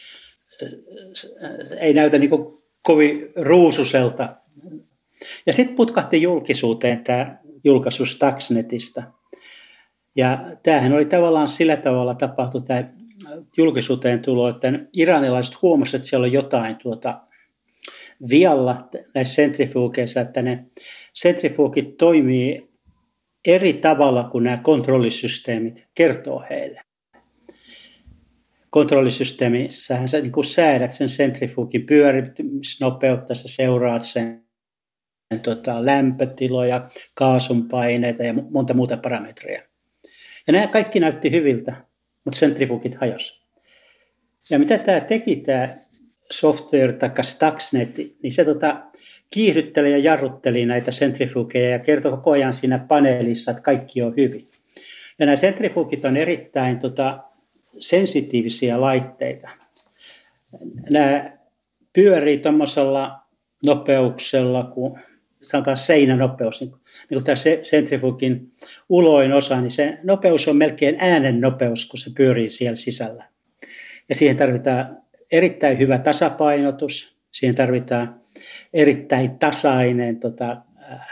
ei näytä niin kuin kovin ruususelta. Ja sitten putkahti julkisuuteen tämä julkaisu Stuxnetista. Ja tämähän oli tavallaan sillä tavalla tapahtu tämä julkisuuteen tulo, että iranilaiset huomasivat, että siellä on jotain tuota vialla näissä sentrifugeissa, että ne sentrifugit toimii eri tavalla kuin nämä kontrollisysteemit kertoo heille. Kontrollisysteemissähän sä niin kuin säädät sen sentrifugin pyörimisnopeutta, sä seuraat sen Tota, lämpötiloja, kaasun paineita ja monta muuta parametreja. Ja nämä kaikki näytti hyviltä, mutta sentrifugit hajosi. Ja mitä tämä teki, tämä software tai Stuxnet, niin se tota, kiihdytteli ja jarrutteli näitä sentrifugeja ja kertoi koko ajan siinä paneelissa, että kaikki on hyvin. Ja nämä sentrifugit on erittäin tota, sensitiivisiä laitteita. Nämä pyörii tuommoisella nopeuksella, kun sanotaan seinänopeus, niin kuin, niin kuin tämä sentrifugin uloin osa, niin se nopeus on melkein äänen nopeus, kun se pyörii siellä sisällä. Ja siihen tarvitaan erittäin hyvä tasapainotus, siihen tarvitaan erittäin tasainen tota,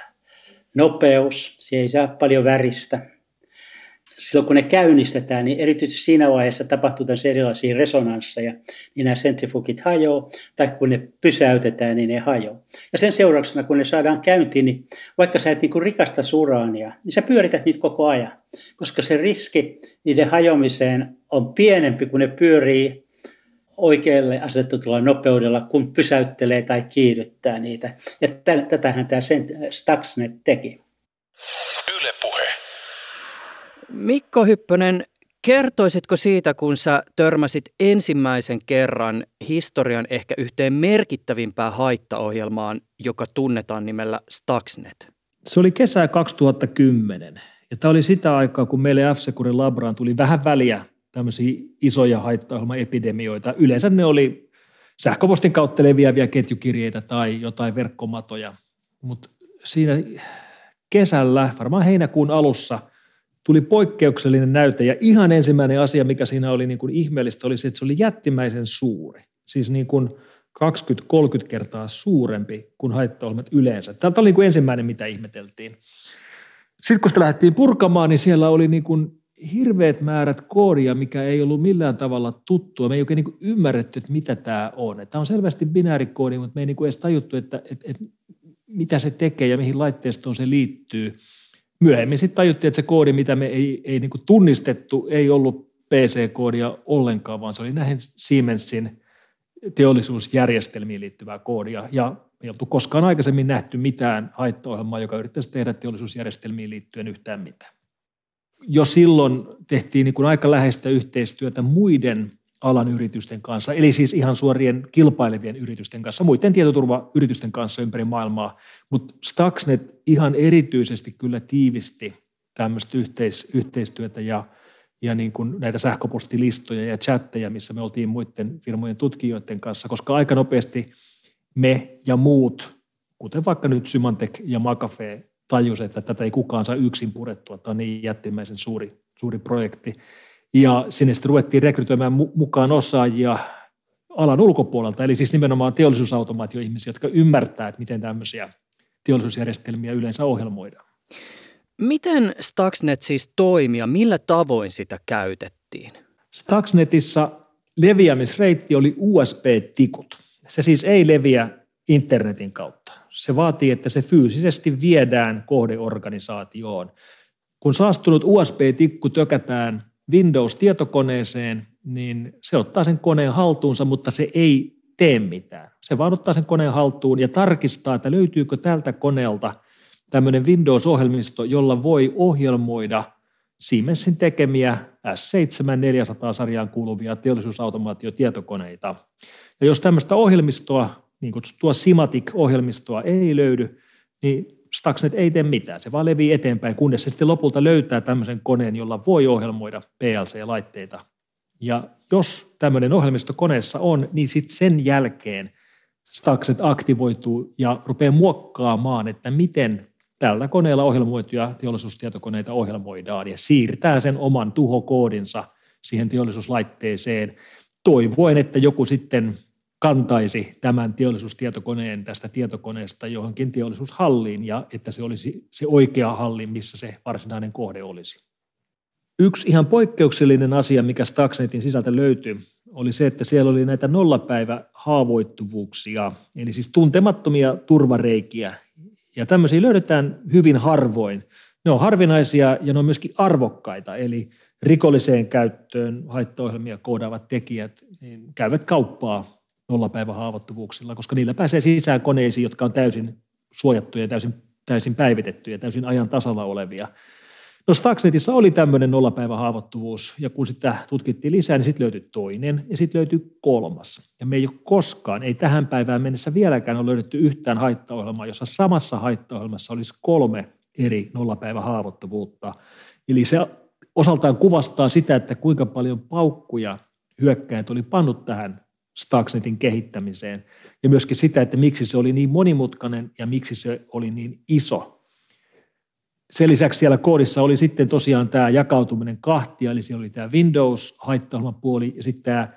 nopeus, siihen ei saa paljon väristä. Silloin kun ne käynnistetään, niin erityisesti siinä vaiheessa tapahtuu erilaisia resonansseja, niin nämä sentrifugit hajoaa, tai kun ne pysäytetään, niin ne hajoaa. Ja sen seurauksena, kun ne saadaan käyntiin, niin vaikka sä et niin kuin rikasta uraania, niin sä pyörität niitä koko ajan, koska se riski niiden hajoamiseen on pienempi, kun ne pyörii oikealle asetetulla nopeudella, kun pysäyttelee tai kiihdyttää niitä. Ja tätähän tämä Stuxnet teki. Yle Puhe. Mikko Hyppönen, kertoisitko siitä, kun sä törmäsit ensimmäisen kerran historian ehkä yhteen merkittävimpään haittaohjelmaan, joka tunnetaan nimellä Stuxnet? Se oli kesä kaksituhattakymmenen ja tämä oli sitä aikaa, kun meille F-Securen labraan tuli vähän väliä tämmöisiä isoja haittaohjelmaepidemioita. Yleensä ne oli sähköpostin kautta leviäviä ketjukirjeitä tai jotain verkkomatoja, mutta siinä kesällä, varmaan heinäkuun alussa, tuli poikkeuksellinen näyte ja ihan ensimmäinen asia, mikä siinä oli niin kuin ihmeellistä, oli se, että se oli jättimäisen suuri. Siis niin kuin kaksikymmentä kolmekymmentä kertaa suurempi kuin haittaohjelmat yleensä. Tämä oli niin kuin ensimmäinen, mitä ihmeteltiin. Sitten kun sitä lähdettiin purkamaan, niin siellä oli niin kuin hirveät määrät koodia, mikä ei ollut millään tavalla tuttua. Me ei oikein niin kuin ymmärretty, että mitä tämä on. Tämä on selvästi binäärikoodi, mutta me ei niin kuin edes tajuttu, että, että, että mitä se tekee ja mihin laitteistoon se liittyy. Myöhemmin sitten tajuttiin, että se koodi, mitä me ei, ei niin kuin tunnistettu, ei ollut P C-koodia ollenkaan, vaan se oli näihin Siemensin teollisuusjärjestelmiin liittyvää koodia. Ja ei oltu koskaan aikaisemmin nähty mitään haittaohjelmaa, joka yrittäisi tehdä teollisuusjärjestelmiin liittyen yhtään mitään. Jo silloin tehtiin niin kuin aika läheistä yhteistyötä muiden alan yritysten kanssa, eli siis ihan suorien kilpailevien yritysten kanssa, muiden tietoturvayritysten kanssa ympäri maailmaa, mutta Stuxnet ihan erityisesti kyllä tiivisti tämmöistä yhteis- yhteistyötä ja, ja niin kuin näitä sähköpostilistoja ja chatteja, missä me oltiin muiden firmojen tutkijoiden kanssa, koska aika nopeasti me ja muut, kuten vaikka nyt Symantec ja McAfee, tajusi, että tätä ei kukaan saa yksin purettua, tämä on niin jättimäisen suuri, suuri projekti. Ja sinne sitten ruvettiin rekrytoimaan mukaan osaajia alan ulkopuolelta, eli siis nimenomaan teollisuusautomaatioihmisiä, jotka ymmärtää, että miten tämmöisiä teollisuusjärjestelmiä yleensä ohjelmoidaan. Miten Stuxnet siis toimi ja millä tavoin sitä käytettiin? Stuxnetissa leviämisreitti oli U S B-tikut. Se siis ei leviä internetin kautta. Se vaatii, että se fyysisesti viedään kohdeorganisaatioon. Kun saastunut U S B-tikku tökätään Windows-tietokoneeseen, niin se ottaa sen koneen haltuunsa, mutta se ei tee mitään. Se vaan ottaa sen koneen haltuun ja tarkistaa, että löytyykö tältä koneelta tämmöinen Windows-ohjelmisto, jolla voi ohjelmoida Siemensin tekemiä S seitsemän neljäsataa-sarjaan kuuluvia teollisuusautomaatiotietokoneita. Ja jos tämmöistä ohjelmistoa, niin kutsuttua Simatic-ohjelmistoa ei löydy, niin Stuxnet ei tee mitään. Se vaan levii eteenpäin, kunnes se sitten lopulta löytää tämmöisen koneen, jolla voi ohjelmoida P L C-laitteita. Ja jos tämmöinen ohjelmisto koneessa on, niin sitten sen jälkeen Stuxnet aktivoituu ja rupeaa muokkaamaan, että miten tällä koneella ohjelmoituja teollisuustietokoneita ohjelmoidaan ja siirtää sen oman tuhokoodinsa siihen teollisuuslaitteeseen toivoen, että joku sitten kantaisi tämän teollisuustietokoneen tästä tietokoneesta johonkin teollisuushalliin ja että se olisi se oikea halli, missä se varsinainen kohde olisi. Yksi ihan poikkeuksellinen asia, mikä Stuxnetin sisältä löytyi, oli se, että siellä oli näitä nollapäivähaavoittuvuuksia, eli siis tuntemattomia turvareikiä, ja tämmöisiä löydetään hyvin harvoin. Ne on harvinaisia ja ne on myöskin arvokkaita, eli rikolliseen käyttöön haittaohjelmia koodaavat tekijät niin käyvät kauppaa nollapäivähaavoittuvuuksilla, koska niillä pääsee sisään koneisiin, jotka on täysin suojattuja, täysin, täysin päivitettyjä, täysin ajan tasalla olevia. No Stuxnetissa oli tämmöinen nollapäivän haavoittuvuus, ja kun sitä tutkittiin lisää, niin sitten löytyi toinen, ja sitten löytyi kolmas. Ja me ei ole koskaan, ei tähän päivään mennessä vieläkään ole löydetty yhtään haittaohjelmaa, jossa samassa haittaohjelmassa olisi kolme eri nollapäivän haavoittuvuutta. Eli se osaltaan kuvastaa sitä, että kuinka paljon paukkuja hyökkäjät oli pannut tähän Stuxnetin kehittämiseen, ja myöskin sitä, että miksi se oli niin monimutkainen ja miksi se oli niin iso. Sen lisäksi siellä koodissa oli sitten tosiaan tämä jakautuminen kahtia, eli siellä oli tämä Windows-haittaohjelmapuoli ja sitten tämä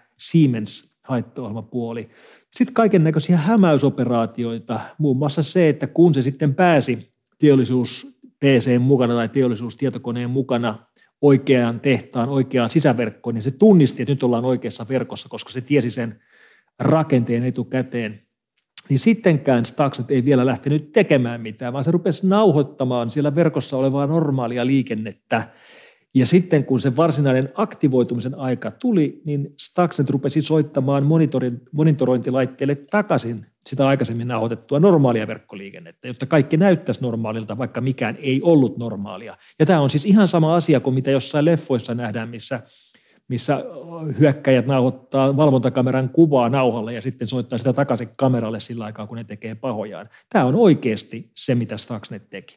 Siemens-haittaohjelmapuoli. Sitten kaiken näköisiä hämäysoperaatioita, muun muassa se, että kun se sitten pääsi teollisuus-P C:n mukana tai teollisuustietokoneen mukana oikeaan tehtaan, oikeaan sisäverkkoon, niin se tunnisti, että nyt ollaan oikeassa verkossa, koska se tiesi sen rakenteen etukäteen. Niin sittenkään Stuxnet ei vielä lähtenyt tekemään mitään, vaan se rupesi nauhoittamaan siellä verkossa olevaa normaalia liikennettä. Ja sitten kun se varsinainen aktivoitumisen aika tuli, niin Stuxnet rupesi soittamaan monitorointilaitteelle takaisin sitä aikaisemmin nauhoitettua normaalia verkkoliikennettä, jotta kaikki näyttäisi normaalilta, vaikka mikään ei ollut normaalia. Ja tämä on siis ihan sama asia kuin mitä jossain leffoissa nähdään, missä missä hyökkäjät nauhoittaa valvontakameran kuvaa nauhalle ja sitten soittaa sitä takaisin kameralle sillä aikaa, kun ne tekee pahojaan. Tämä on oikeasti se, mitä Stuxnet teki.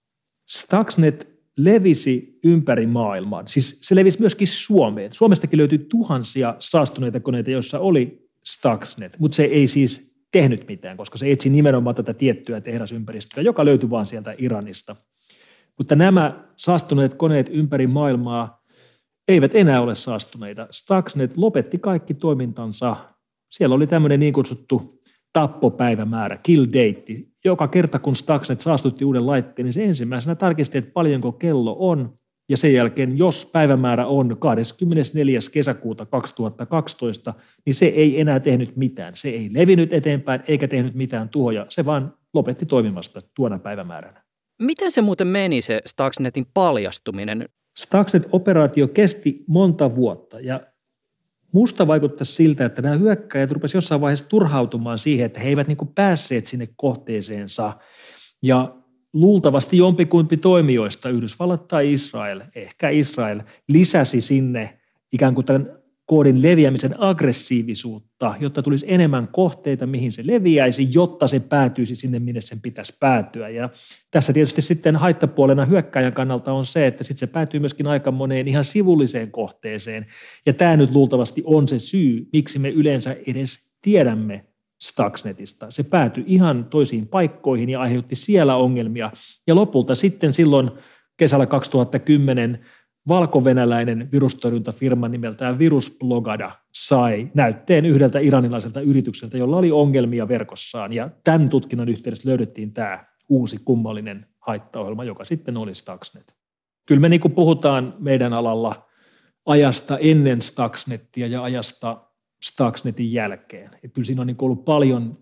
Stuxnet levisi ympäri maailman. Siis se levisi myöskin Suomeen. Suomestakin löytyi tuhansia saastuneita koneita, joissa oli Stuxnet, mutta se ei siis tehnyt mitään, koska se etsi nimenomaan tätä tiettyä tehdasympäristöä, joka löytyi vaan sieltä Iranista. Mutta nämä saastuneet koneet ympäri maailmaa eivät enää ole saastuneita. Stuxnet lopetti kaikki toimintansa. Siellä oli tämmöinen niin kutsuttu tappopäivämäärä, kill date. Joka kerta, kun Stuxnet saastutti uuden laitteen, niin se ensimmäisenä tarkisti, että paljonko kello on. Ja sen jälkeen, jos päivämäärä on kahdeskymmenesneljäs kesäkuuta kaksituhattakaksitoista, niin se ei enää tehnyt mitään. Se ei levinnyt eteenpäin eikä tehnyt mitään tuhoja. Se vaan lopetti toimimasta tuona päivämääränä. Miten se muuten meni, se Stuxnetin paljastuminen? Stuxnet-operaatio kesti monta vuotta ja musta vaikuttaisi siltä, että nämä hyökkäjät rupesivat jossain vaiheessa turhautumaan siihen, että he eivät niin kuin päässeet sinne kohteeseensa. Ja luultavasti jompikumpi toimijoista, Yhdysvallat tai Israel, ehkä Israel, lisäsi sinne ikään kuin tämän koodin leviämisen aggressiivisuutta, jotta tulisi enemmän kohteita, mihin se leviäisi, jotta se päätyisi sinne, minne sen pitäisi päätyä. Ja tässä tietysti sitten haittapuolena hyökkääjän kannalta on se, että sitten se päätyy myöskin aika moneen ihan sivulliseen kohteeseen. Ja tämä nyt luultavasti on se syy, miksi me yleensä edes tiedämme Stuxnetista. Se päätyi ihan toisiin paikkoihin ja aiheutti siellä ongelmia. Ja lopulta sitten silloin kesällä kaksituhattakymmenen valkovenäläinen virustorjuntafirma nimeltään Virusblogada sai näytteen yhdeltä iranilaiselta yritykseltä, jolla oli ongelmia verkossaan. Ja tämän tutkinnan yhteydessä löydettiin tämä uusi kummallinen haittaohjelma, joka sitten oli Stuxnet. Kyllä me niin kuin puhutaan meidän alalla ajasta ennen Stuxnetia ja ajasta Stuxnetin jälkeen. Et kyllä siinä on niin kuin ollut paljon,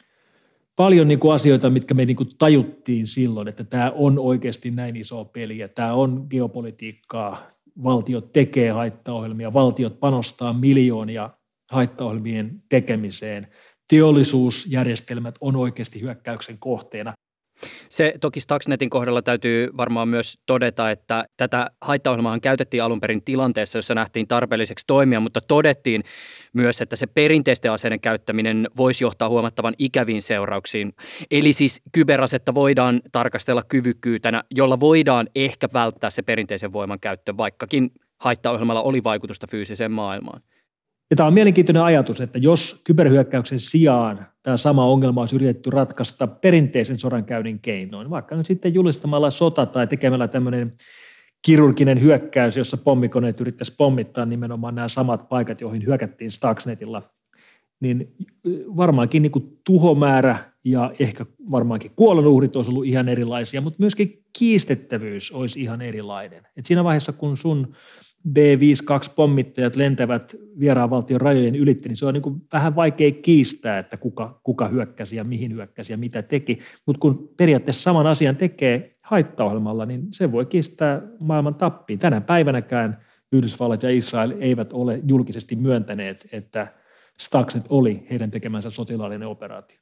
paljon niin kuin asioita, mitkä me niin kuin tajuttiin silloin, että tämä on oikeasti näin iso peli ja tämä on geopolitiikkaa. Valtiot tekee haittaohjelmia, valtiot panostaa miljoonia haittaohjelmien tekemiseen. Teollisuusjärjestelmät on oikeasti hyökkäyksen kohteena. Se toki Stuxnetin kohdalla täytyy varmaan myös todeta, että tätä haittaohjelmaa käytettiin alun perin tilanteessa, jossa nähtiin tarpeelliseksi toimia, mutta todettiin myös, että se perinteisten aseiden käyttäminen voisi johtaa huomattavan ikäviin seurauksiin. Eli siis kyberasetta voidaan tarkastella kyvykkyytenä, jolla voidaan ehkä välttää se perinteisen voiman käyttö, vaikkakin haittaohjelmalla oli vaikutusta fyysiseen maailmaan. Ja tämä on mielenkiintoinen ajatus, että jos kyberhyökkäyksen sijaan tämä sama ongelma olisi yritetty ratkaista perinteisen sodankäynnin keinoin, vaikka nyt sitten julistamalla sota tai tekemällä tämmöinen kirurginen hyökkäys, jossa pommikoneet yrittäisi pommittaa nimenomaan nämä samat paikat, joihin hyökättiin Stuxnetilla, niin varmaankin niin kuin tuhomäärä ja ehkä varmaankin kuolonuhrit olisi ollut ihan erilaisia, mutta myöskin kiistettävyys olisi ihan erilainen. Et siinä vaiheessa, kun sun B viisikymmentäkaksi-pommittajat lentävät vieraan valtion rajojen ylitti, niin se on niin kuin vähän vaikea kiistää, että kuka, kuka hyökkäsi ja mihin hyökkäsi ja mitä teki. Mutta kun periaatteessa saman asian tekee haittaohjelmalla, niin se voi kiistää maailman tappiin. Tänä päivänäkään Yhdysvallat ja Israel eivät ole julkisesti myöntäneet, että Stuxnet oli heidän tekemänsä sotilaallinen operaatio.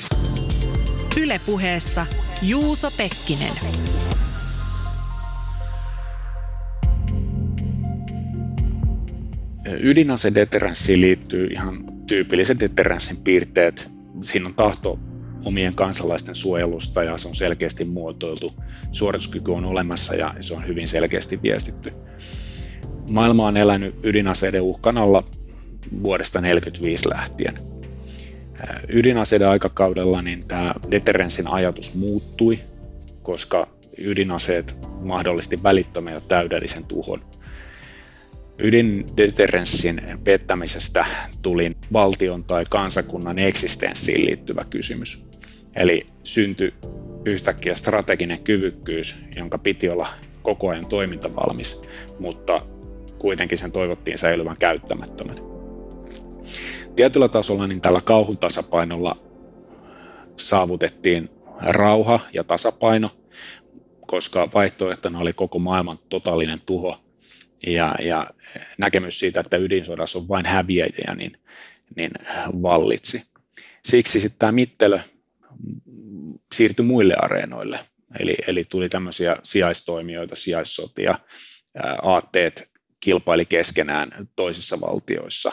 Yle Puheessa Juuso Pekkinen. Ydinasedeterrenssiin liittyy ihan tyypilliset deterrenssin piirteet. Siinä on tahto omien kansalaisten suojelusta ja se on selkeästi muotoiltu. Suorituskyky on olemassa ja se on hyvin selkeästi viestitty. Maailma on elänyt ydinaseiden uhkan alla vuodesta tuhatyhdeksänsataaneljäkymmentäviisi lähtien. Ydinaseiden aikakaudella niin tämä deterrenssin ajatus muuttui, koska ydinaseet mahdollisti välittömän ja täydellisen tuhon. Ydindeterrenssin pettämisestä tuli valtion tai kansakunnan eksistenssiin liittyvä kysymys. Eli syntyi yhtäkkiä strateginen kyvykkyys, jonka piti olla koko ajan toimintavalmis, mutta kuitenkin sen toivottiin säilyvän käyttämättömän. Tietyllä tasolla niin tällä kauhun tasapainolla saavutettiin rauha ja tasapaino, koska vaihtoehtona oli koko maailman totaalinen tuho ja, ja näkemys siitä, että ydinsodassa on vain häviäjiä, niin, niin vallitsi. Siksi sitten tämä mittelö siirtyi muille areenoille, eli, eli tuli tämmöisiä sijaistoimijoita, sijaissotia, aatteet kilpaili keskenään toisissa valtioissa.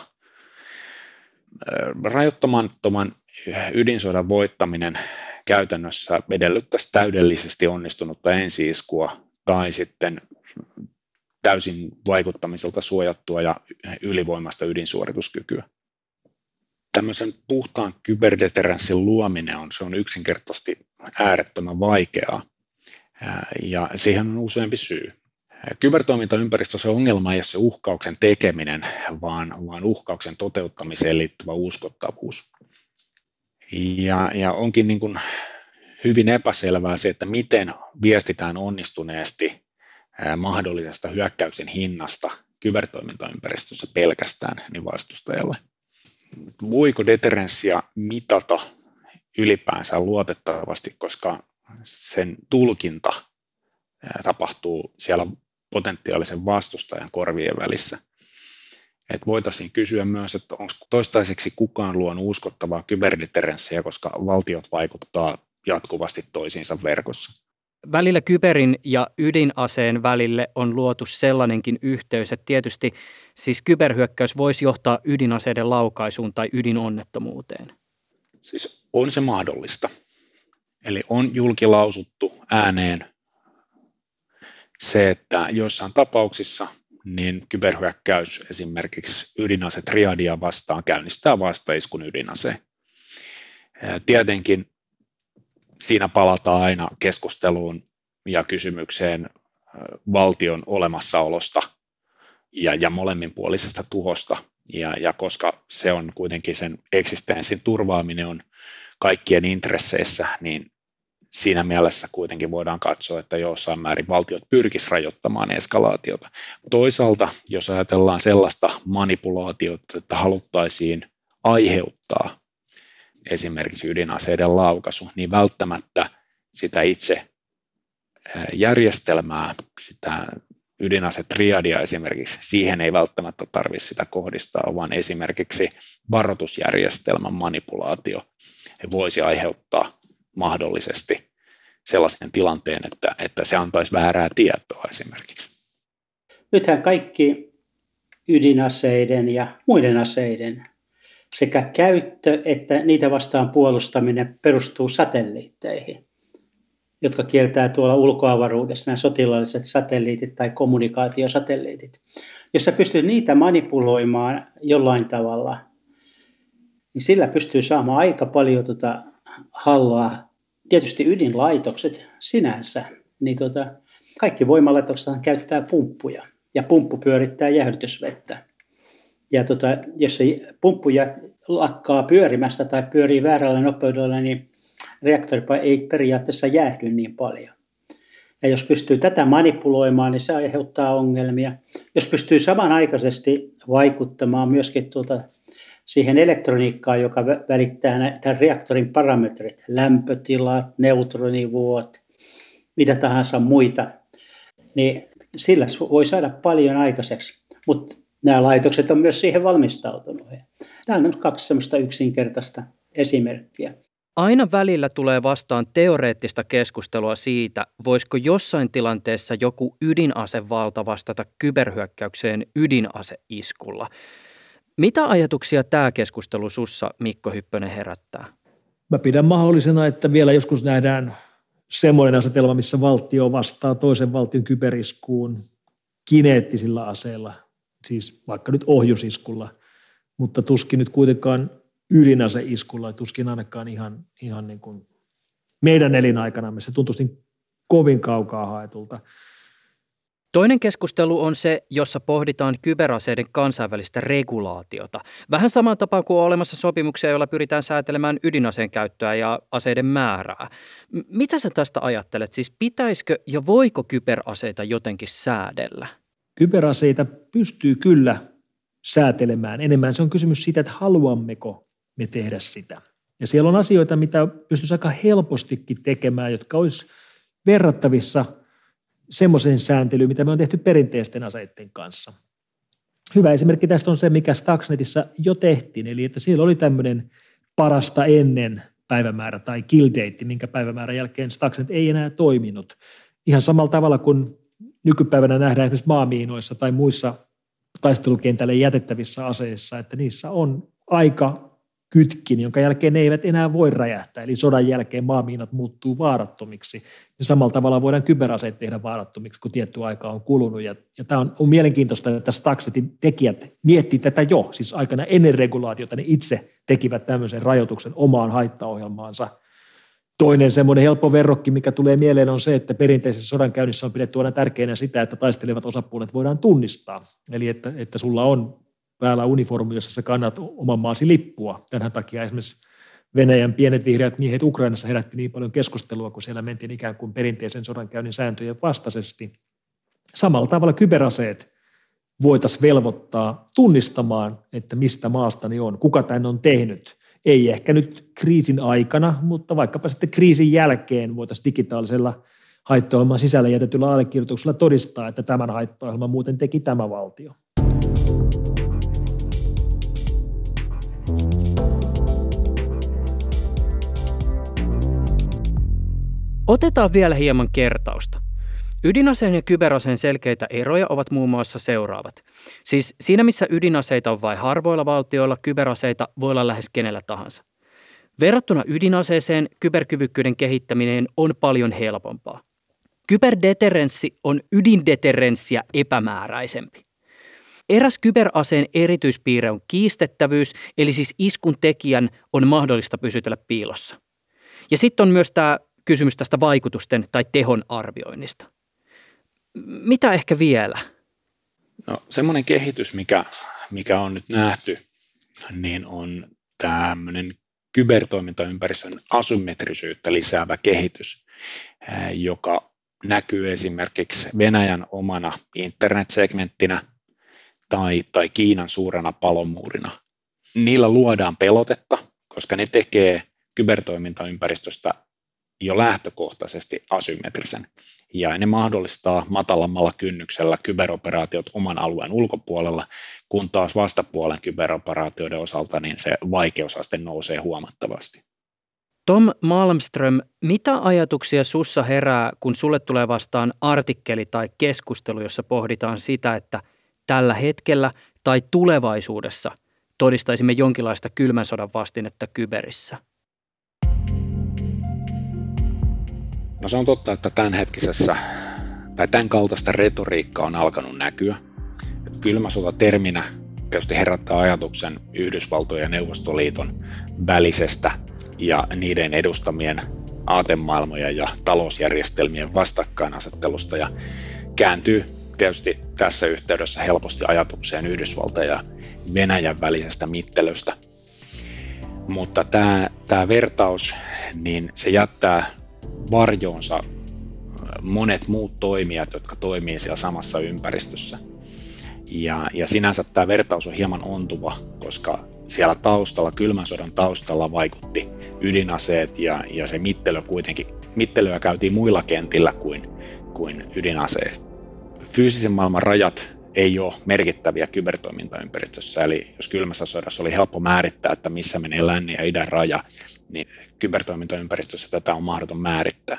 Rajoittamattoman ydinsodan voittaminen käytännössä edellyttäisi täydellisesti onnistunutta ensi-iskua tai sitten täysin vaikuttamiselta suojattua ja ylivoimasta ydinsuorituskykyä. Tämmöisen puhtaan kyberdeterrenssin luominen on, se on yksinkertaisesti äärettömän vaikeaa ja siihen on useampi syy. Kybertoimintaympäristössä ongelma ei ole se uhkauksen tekeminen, vaan, vaan uhkauksen toteuttamiseen liittyvä uskottavuus. Ja, ja onkin niin kuin hyvin epäselvää se, että miten viestitään onnistuneesti mahdollisesta hyökkäyksen hinnasta kybertoimintaympäristössä pelkästään niin vastustajalle. Voiko deterrenssia mitata ylipäänsä luotettavasti, koska sen tulkinta tapahtuu siellä potentiaalisen vastustajan korvien välissä. Et voitaisiin kysyä myös, että onko toistaiseksi kukaan luonut uskottavaa kyberdeterrenssiä, koska valtiot vaikuttaa jatkuvasti toisiinsa verkossa. Välillä kyberin ja ydinaseen välille on luotu sellainenkin yhteys, että tietysti siis kyberhyökkäys voisi johtaa ydinaseiden laukaisuun tai ydinonnettomuuteen. Siis on se mahdollista. Eli on julkilausuttu ääneen se, että joissain tapauksissa niin kyberhyökkäys esimerkiksi ydinasetriadia vastaan käynnistää vastaiskun ydinaseen. Tietenkin siinä palataan aina keskusteluun ja kysymykseen valtion olemassaolosta ja, ja molemminpuolisesta tuhosta. Ja, ja koska se on kuitenkin sen eksistenssin turvaaminen on kaikkien intresseissä, niin siinä mielessä kuitenkin voidaan katsoa, että jossain määrin valtiot pyrkisivät rajoittamaan eskalaatiota. Toisaalta, jos ajatellaan sellaista manipulaatiota, että haluttaisiin aiheuttaa esimerkiksi ydinaseiden laukaisu, niin välttämättä sitä itse järjestelmää, sitä ydinasetriadia esimerkiksi, siihen ei välttämättä tarvitse sitä kohdistaa, vaan esimerkiksi varoitusjärjestelmän manipulaatio voisi aiheuttaa mahdollisesti sellaisen tilanteen, että, että se antaisi väärää tietoa esimerkiksi. Nythän kaikki ydinaseiden ja muiden aseiden sekä käyttö että niitä vastaan puolustaminen perustuu satelliitteihin, jotka kiertää tuolla ulkoavaruudessa, nämä sotilaalliset satelliitit tai kommunikaatiosatelliitit. Jos sä pystyt niitä manipuloimaan jollain tavalla, niin sillä pystyy saamaan aika paljon tuota hallaa. Tietysti ydinlaitokset sinänsä, niin tuota, kaikki voimalaitokset käyttää pumppuja ja pumppu pyörittää jäähdytysvettä. Ja tuota, jos se pumppu lakkaa pyörimästä tai pyörii väärällä nopeudella, niin reaktoripa ei periaatteessa jäähdy niin paljon. Ja jos pystyy tätä manipuloimaan, niin se aiheuttaa ongelmia. Jos pystyy samanaikaisesti vaikuttamaan myöskin tuota siihen elektroniikkaan, joka välittää tämän reaktorin parametrit, lämpötilat, neutronivuot, mitä tahansa muita, niin sillä voi saada paljon aikaiseksi. Mutta nämä laitokset on myös siihen valmistautunut. Tämä on kaksi semmoista yksinkertaista esimerkkiä. aina välillä tulee vastaan teoreettista keskustelua siitä, voisiko jossain tilanteessa joku ydinasevalta vastata kyberhyökkäykseen ydinaseiskulla. Mitä ajatuksia tämä keskustelu sussa, Mikko Hyppönen, herättää? Mä pidän mahdollisena, että vielä joskus nähdään semmoinen asetelma, missä valtio vastaa toisen valtion kyberiskuun kineettisillä aseilla, siis vaikka nyt ohjusiskulla, mutta tuskin nyt kuitenkaan ydinaseiskulla, tuskin ainakaan ihan, ihan niin kuin meidän elinaikanamme. Se tuntuisi niin kovin kaukaa haetulta. Toinen keskustelu on se, jossa pohditaan kyberaseiden kansainvälistä regulaatiota. Vähän samaan tapaan kuin on olemassa sopimuksia, joilla pyritään säätelemään ydinaseen käyttöä ja aseiden määrää. M- mitä sä tästä ajattelet? Siis pitäisikö ja voiko kyberaseita jotenkin säädellä? Kyberaseita pystyy kyllä säätelemään. Enemmän se on kysymys siitä, että haluammeko me tehdä sitä. Ja siellä on asioita, mitä pystyisi aika helpostikin tekemään, jotka olisi verrattavissa semmoiseen sääntelyyn, mitä me on tehty perinteisten aseiden kanssa. Hyvä esimerkki tästä on se, mikä Stuxnetissa jo tehtiin, eli että siellä oli tämmöinen parasta ennen päivämäärä tai kill date, minkä päivämäärän jälkeen Stuxnet ei enää toiminut. Ihan samalla tavalla kuin nykypäivänä nähdään esimerkiksi maamiinoissa tai muissa taistelukentälle jätettävissä aseissa, että niissä on aika kytkin, jonka jälkeen ne eivät enää voi räjähtää. Eli sodan jälkeen maamiinat muuttuu vaarattomiksi. Ja samalla tavalla voidaan kyberaseet tehdä vaarattomiksi, kun tietty aika on kulunut. Ja, ja tämä on, on mielenkiintoista, että Stuxnetin tekijät miettivät tätä jo. Siis aikana ennen regulaatiota ne itse tekivät tämmöisen rajoituksen omaan haittaohjelmaansa. Toinen semmoinen helppo verrokki, mikä tulee mieleen, on se, että perinteisessä sodankäynnissä on pidetty aina tärkeänä sitä, että taistelevat osapuolet voidaan tunnistaa. Eli että, että sulla on päällä uniformu, jossa sä kannat oman maasi lippua. Tämän takia esimerkiksi Venäjän pienet vihreät miehet Ukrainassa herätti niin paljon keskustelua, kun siellä mentiin ikään kuin perinteisen sodankäynnin sääntöjen vastaisesti. Samalla tavalla kyberaseet voitaisiin velvoittaa tunnistamaan, että mistä maastani on, kuka tämän on tehnyt. Ei ehkä nyt kriisin aikana, mutta vaikkapa sitten kriisin jälkeen voitaisiin digitaalisella haittaohjelman sisällä jätetyllä allekirjoituksella todistaa, että tämän haittaohjelman muuten teki tämä valtio. Otetaan vielä hieman kertausta. Ydinaseen ja kyberaseen selkeitä eroja ovat muun muassa seuraavat. Siis siinä, missä ydinaseita on vain harvoilla valtioilla, kyberaseita voi olla lähes kenellä tahansa. Verrattuna ydinaseeseen kyberkyvykkyyden kehittäminen on paljon helpompaa. Kyberdeterrenssi on ydindeterrenssiä epämääräisempi. Eräs kyberaseen erityispiirre on kiistettävyys, eli siis iskun tekijän on mahdollista pysytellä piilossa. Ja sitten on myös tämä kysymys tästä vaikutusten tai tehon arvioinnista. Mitä ehkä vielä? No, semmoinen kehitys, mikä, mikä on nyt nähty, niin on tämmöinen kybertoimintaympäristön asymmetrisyyttä lisäävä kehitys, joka näkyy esimerkiksi Venäjän omana internetsegmenttinä tai, tai Kiinan suurena palomuurina. Niillä luodaan pelotetta, koska ne tekee kybertoimintaympäristöstä jo lähtökohtaisesti asymmetrisen. Ja ne mahdollistaa matalammalla kynnyksellä kyberoperaatiot oman alueen ulkopuolella, kun taas vastapuolen kyberoperaatioiden osalta niin se vaikeusaste nousee huomattavasti. Tom Malmström, mitä ajatuksia sussa herää, kun sulle tulee vastaan artikkeli tai keskustelu, jossa pohditaan sitä, että tällä hetkellä tai tulevaisuudessa todistaisimme jonkinlaista kylmän sodan vastinetta kyberissä? No se on totta, että tämänhetkisessä tai tämän kaltaista retoriikkaa on alkanut näkyä. Kylmä sota terminä tietysti herättää ajatuksen Yhdysvaltojen ja Neuvostoliiton välisestä ja niiden edustamien aatemaailmojen ja talousjärjestelmien vastakkainasettelusta ja kääntyy tietysti tässä yhteydessä helposti ajatukseen Yhdysvaltojen ja Venäjän välisestä mittelöstä. Mutta tämä, tämä vertaus, niin se jättää varjoonsa monet muut toimijat, jotka toimii siellä samassa ympäristössä. Ja, ja sinänsä tämä vertaus on hieman ontuva, koska siellä taustalla, kylmän sodan taustalla vaikutti ydinaseet ja, ja se mittelö kuitenkin, mittelyä käytiin muilla kentillä kuin, kuin ydinaseet. Fyysisen maailman rajat ei ole merkittäviä kybertoimintaympäristössä, eli jos kylmässä sodassa oli helppo määrittää, että missä menee lännen ja idän raja, niin kybertoimintaympäristössä tätä on mahdoton määrittää.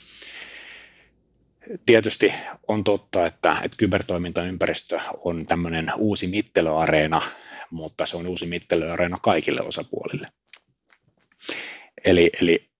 Tietysti on totta, että, että kybertoimintaympäristö on tämmöinen uusi mittelöareena, mutta se on uusi mittelöareena kaikille osapuolille. Eli, eli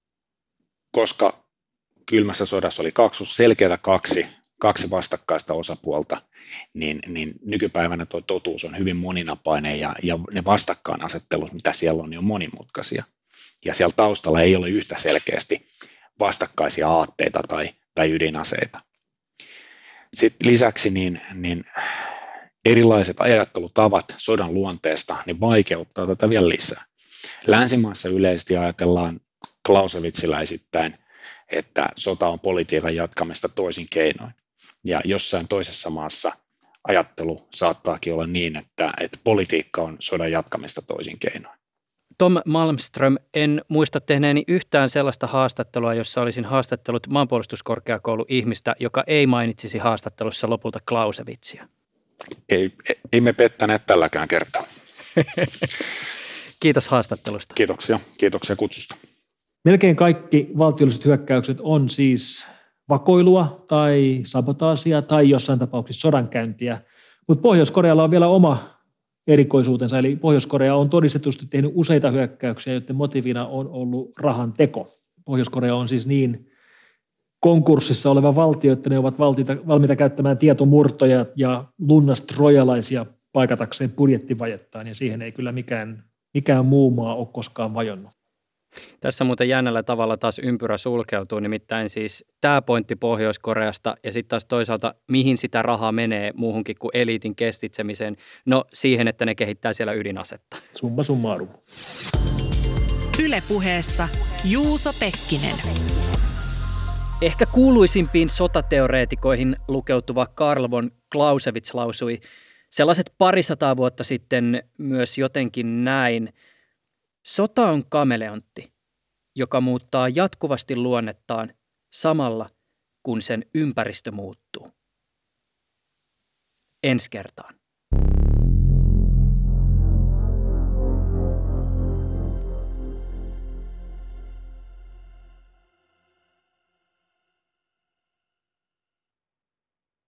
koska kylmässä sodassa oli kaksi, selkeätä kaksi, kaksi vastakkaista osapuolta, niin, niin nykypäivänä tuo totuus on hyvin moninapainen ja, ja ne vastakkainasettelut, mitä siellä on, niin on monimutkaisia. Ja siellä taustalla ei ole yhtä selkeästi vastakkaisia aatteita tai, tai ydinaseita. Sitten lisäksi niin, niin erilaiset ajattelutavat sodan luonteesta niin vaikeuttaa tätä vielä lisää. Länsimaissa yleisesti ajatellaan Clausewitziläisittäin, että sota on politiikan jatkamista toisin keinoin. Ja jossain toisessa maassa ajattelu saattaakin olla niin, että, että politiikka on sodan jatkamista toisin keinoin. Tom Malmström, en muista tehneeni yhtään sellaista haastattelua, jossa olisin haastattelut maanpuolustuskorkeakouluihmistä, joka ei mainitsisi haastattelussa lopulta Clausewitzia. Ei, ei me pettäneet tälläkään kertaa. Kiitos haastattelusta. Kiitoksia. Kiitoksia kutsusta. Melkein kaikki valtiolliset hyökkäykset on siis vakoilua tai sabotaasia tai jossain tapauksessa sodankäyntiä, mutta Pohjois-Korealla on vielä oma erikoisuutensa, eli Pohjois-Korea on todistetusti tehnyt useita hyökkäyksiä, joiden motiivina on ollut rahan teko. Pohjois-Korea on siis niin konkurssissa oleva valtio, että ne ovat valtiita, valmiita käyttämään tietomurtoja ja lunnastrojalaisia paikatakseen budjettivajettaan, ja siihen ei kyllä mikään, mikään muu maa ole koskaan vajonnut. Tässä muuten jännällä tavalla taas ympyrä sulkeutuu, nimittäin siis tämä pointti Pohjois-Koreasta ja sitten taas toisaalta mihin sitä rahaa menee muuhunkin kuin eliitin kestitsemiseen, no siihen, että ne kehittää siellä ydinasetta. Summa summarum. Yle Puheessa Juuso Pekkinen. Ehkä kuuluisimpiin sotateoreetikoihin lukeutuva Carl von Clausewitz lausui sellaiset parisataa vuotta sitten myös jotenkin näin. Sota on kameleontti, joka muuttaa jatkuvasti luonnettaan samalla, kun sen ympäristö muuttuu. Ensi kertaan.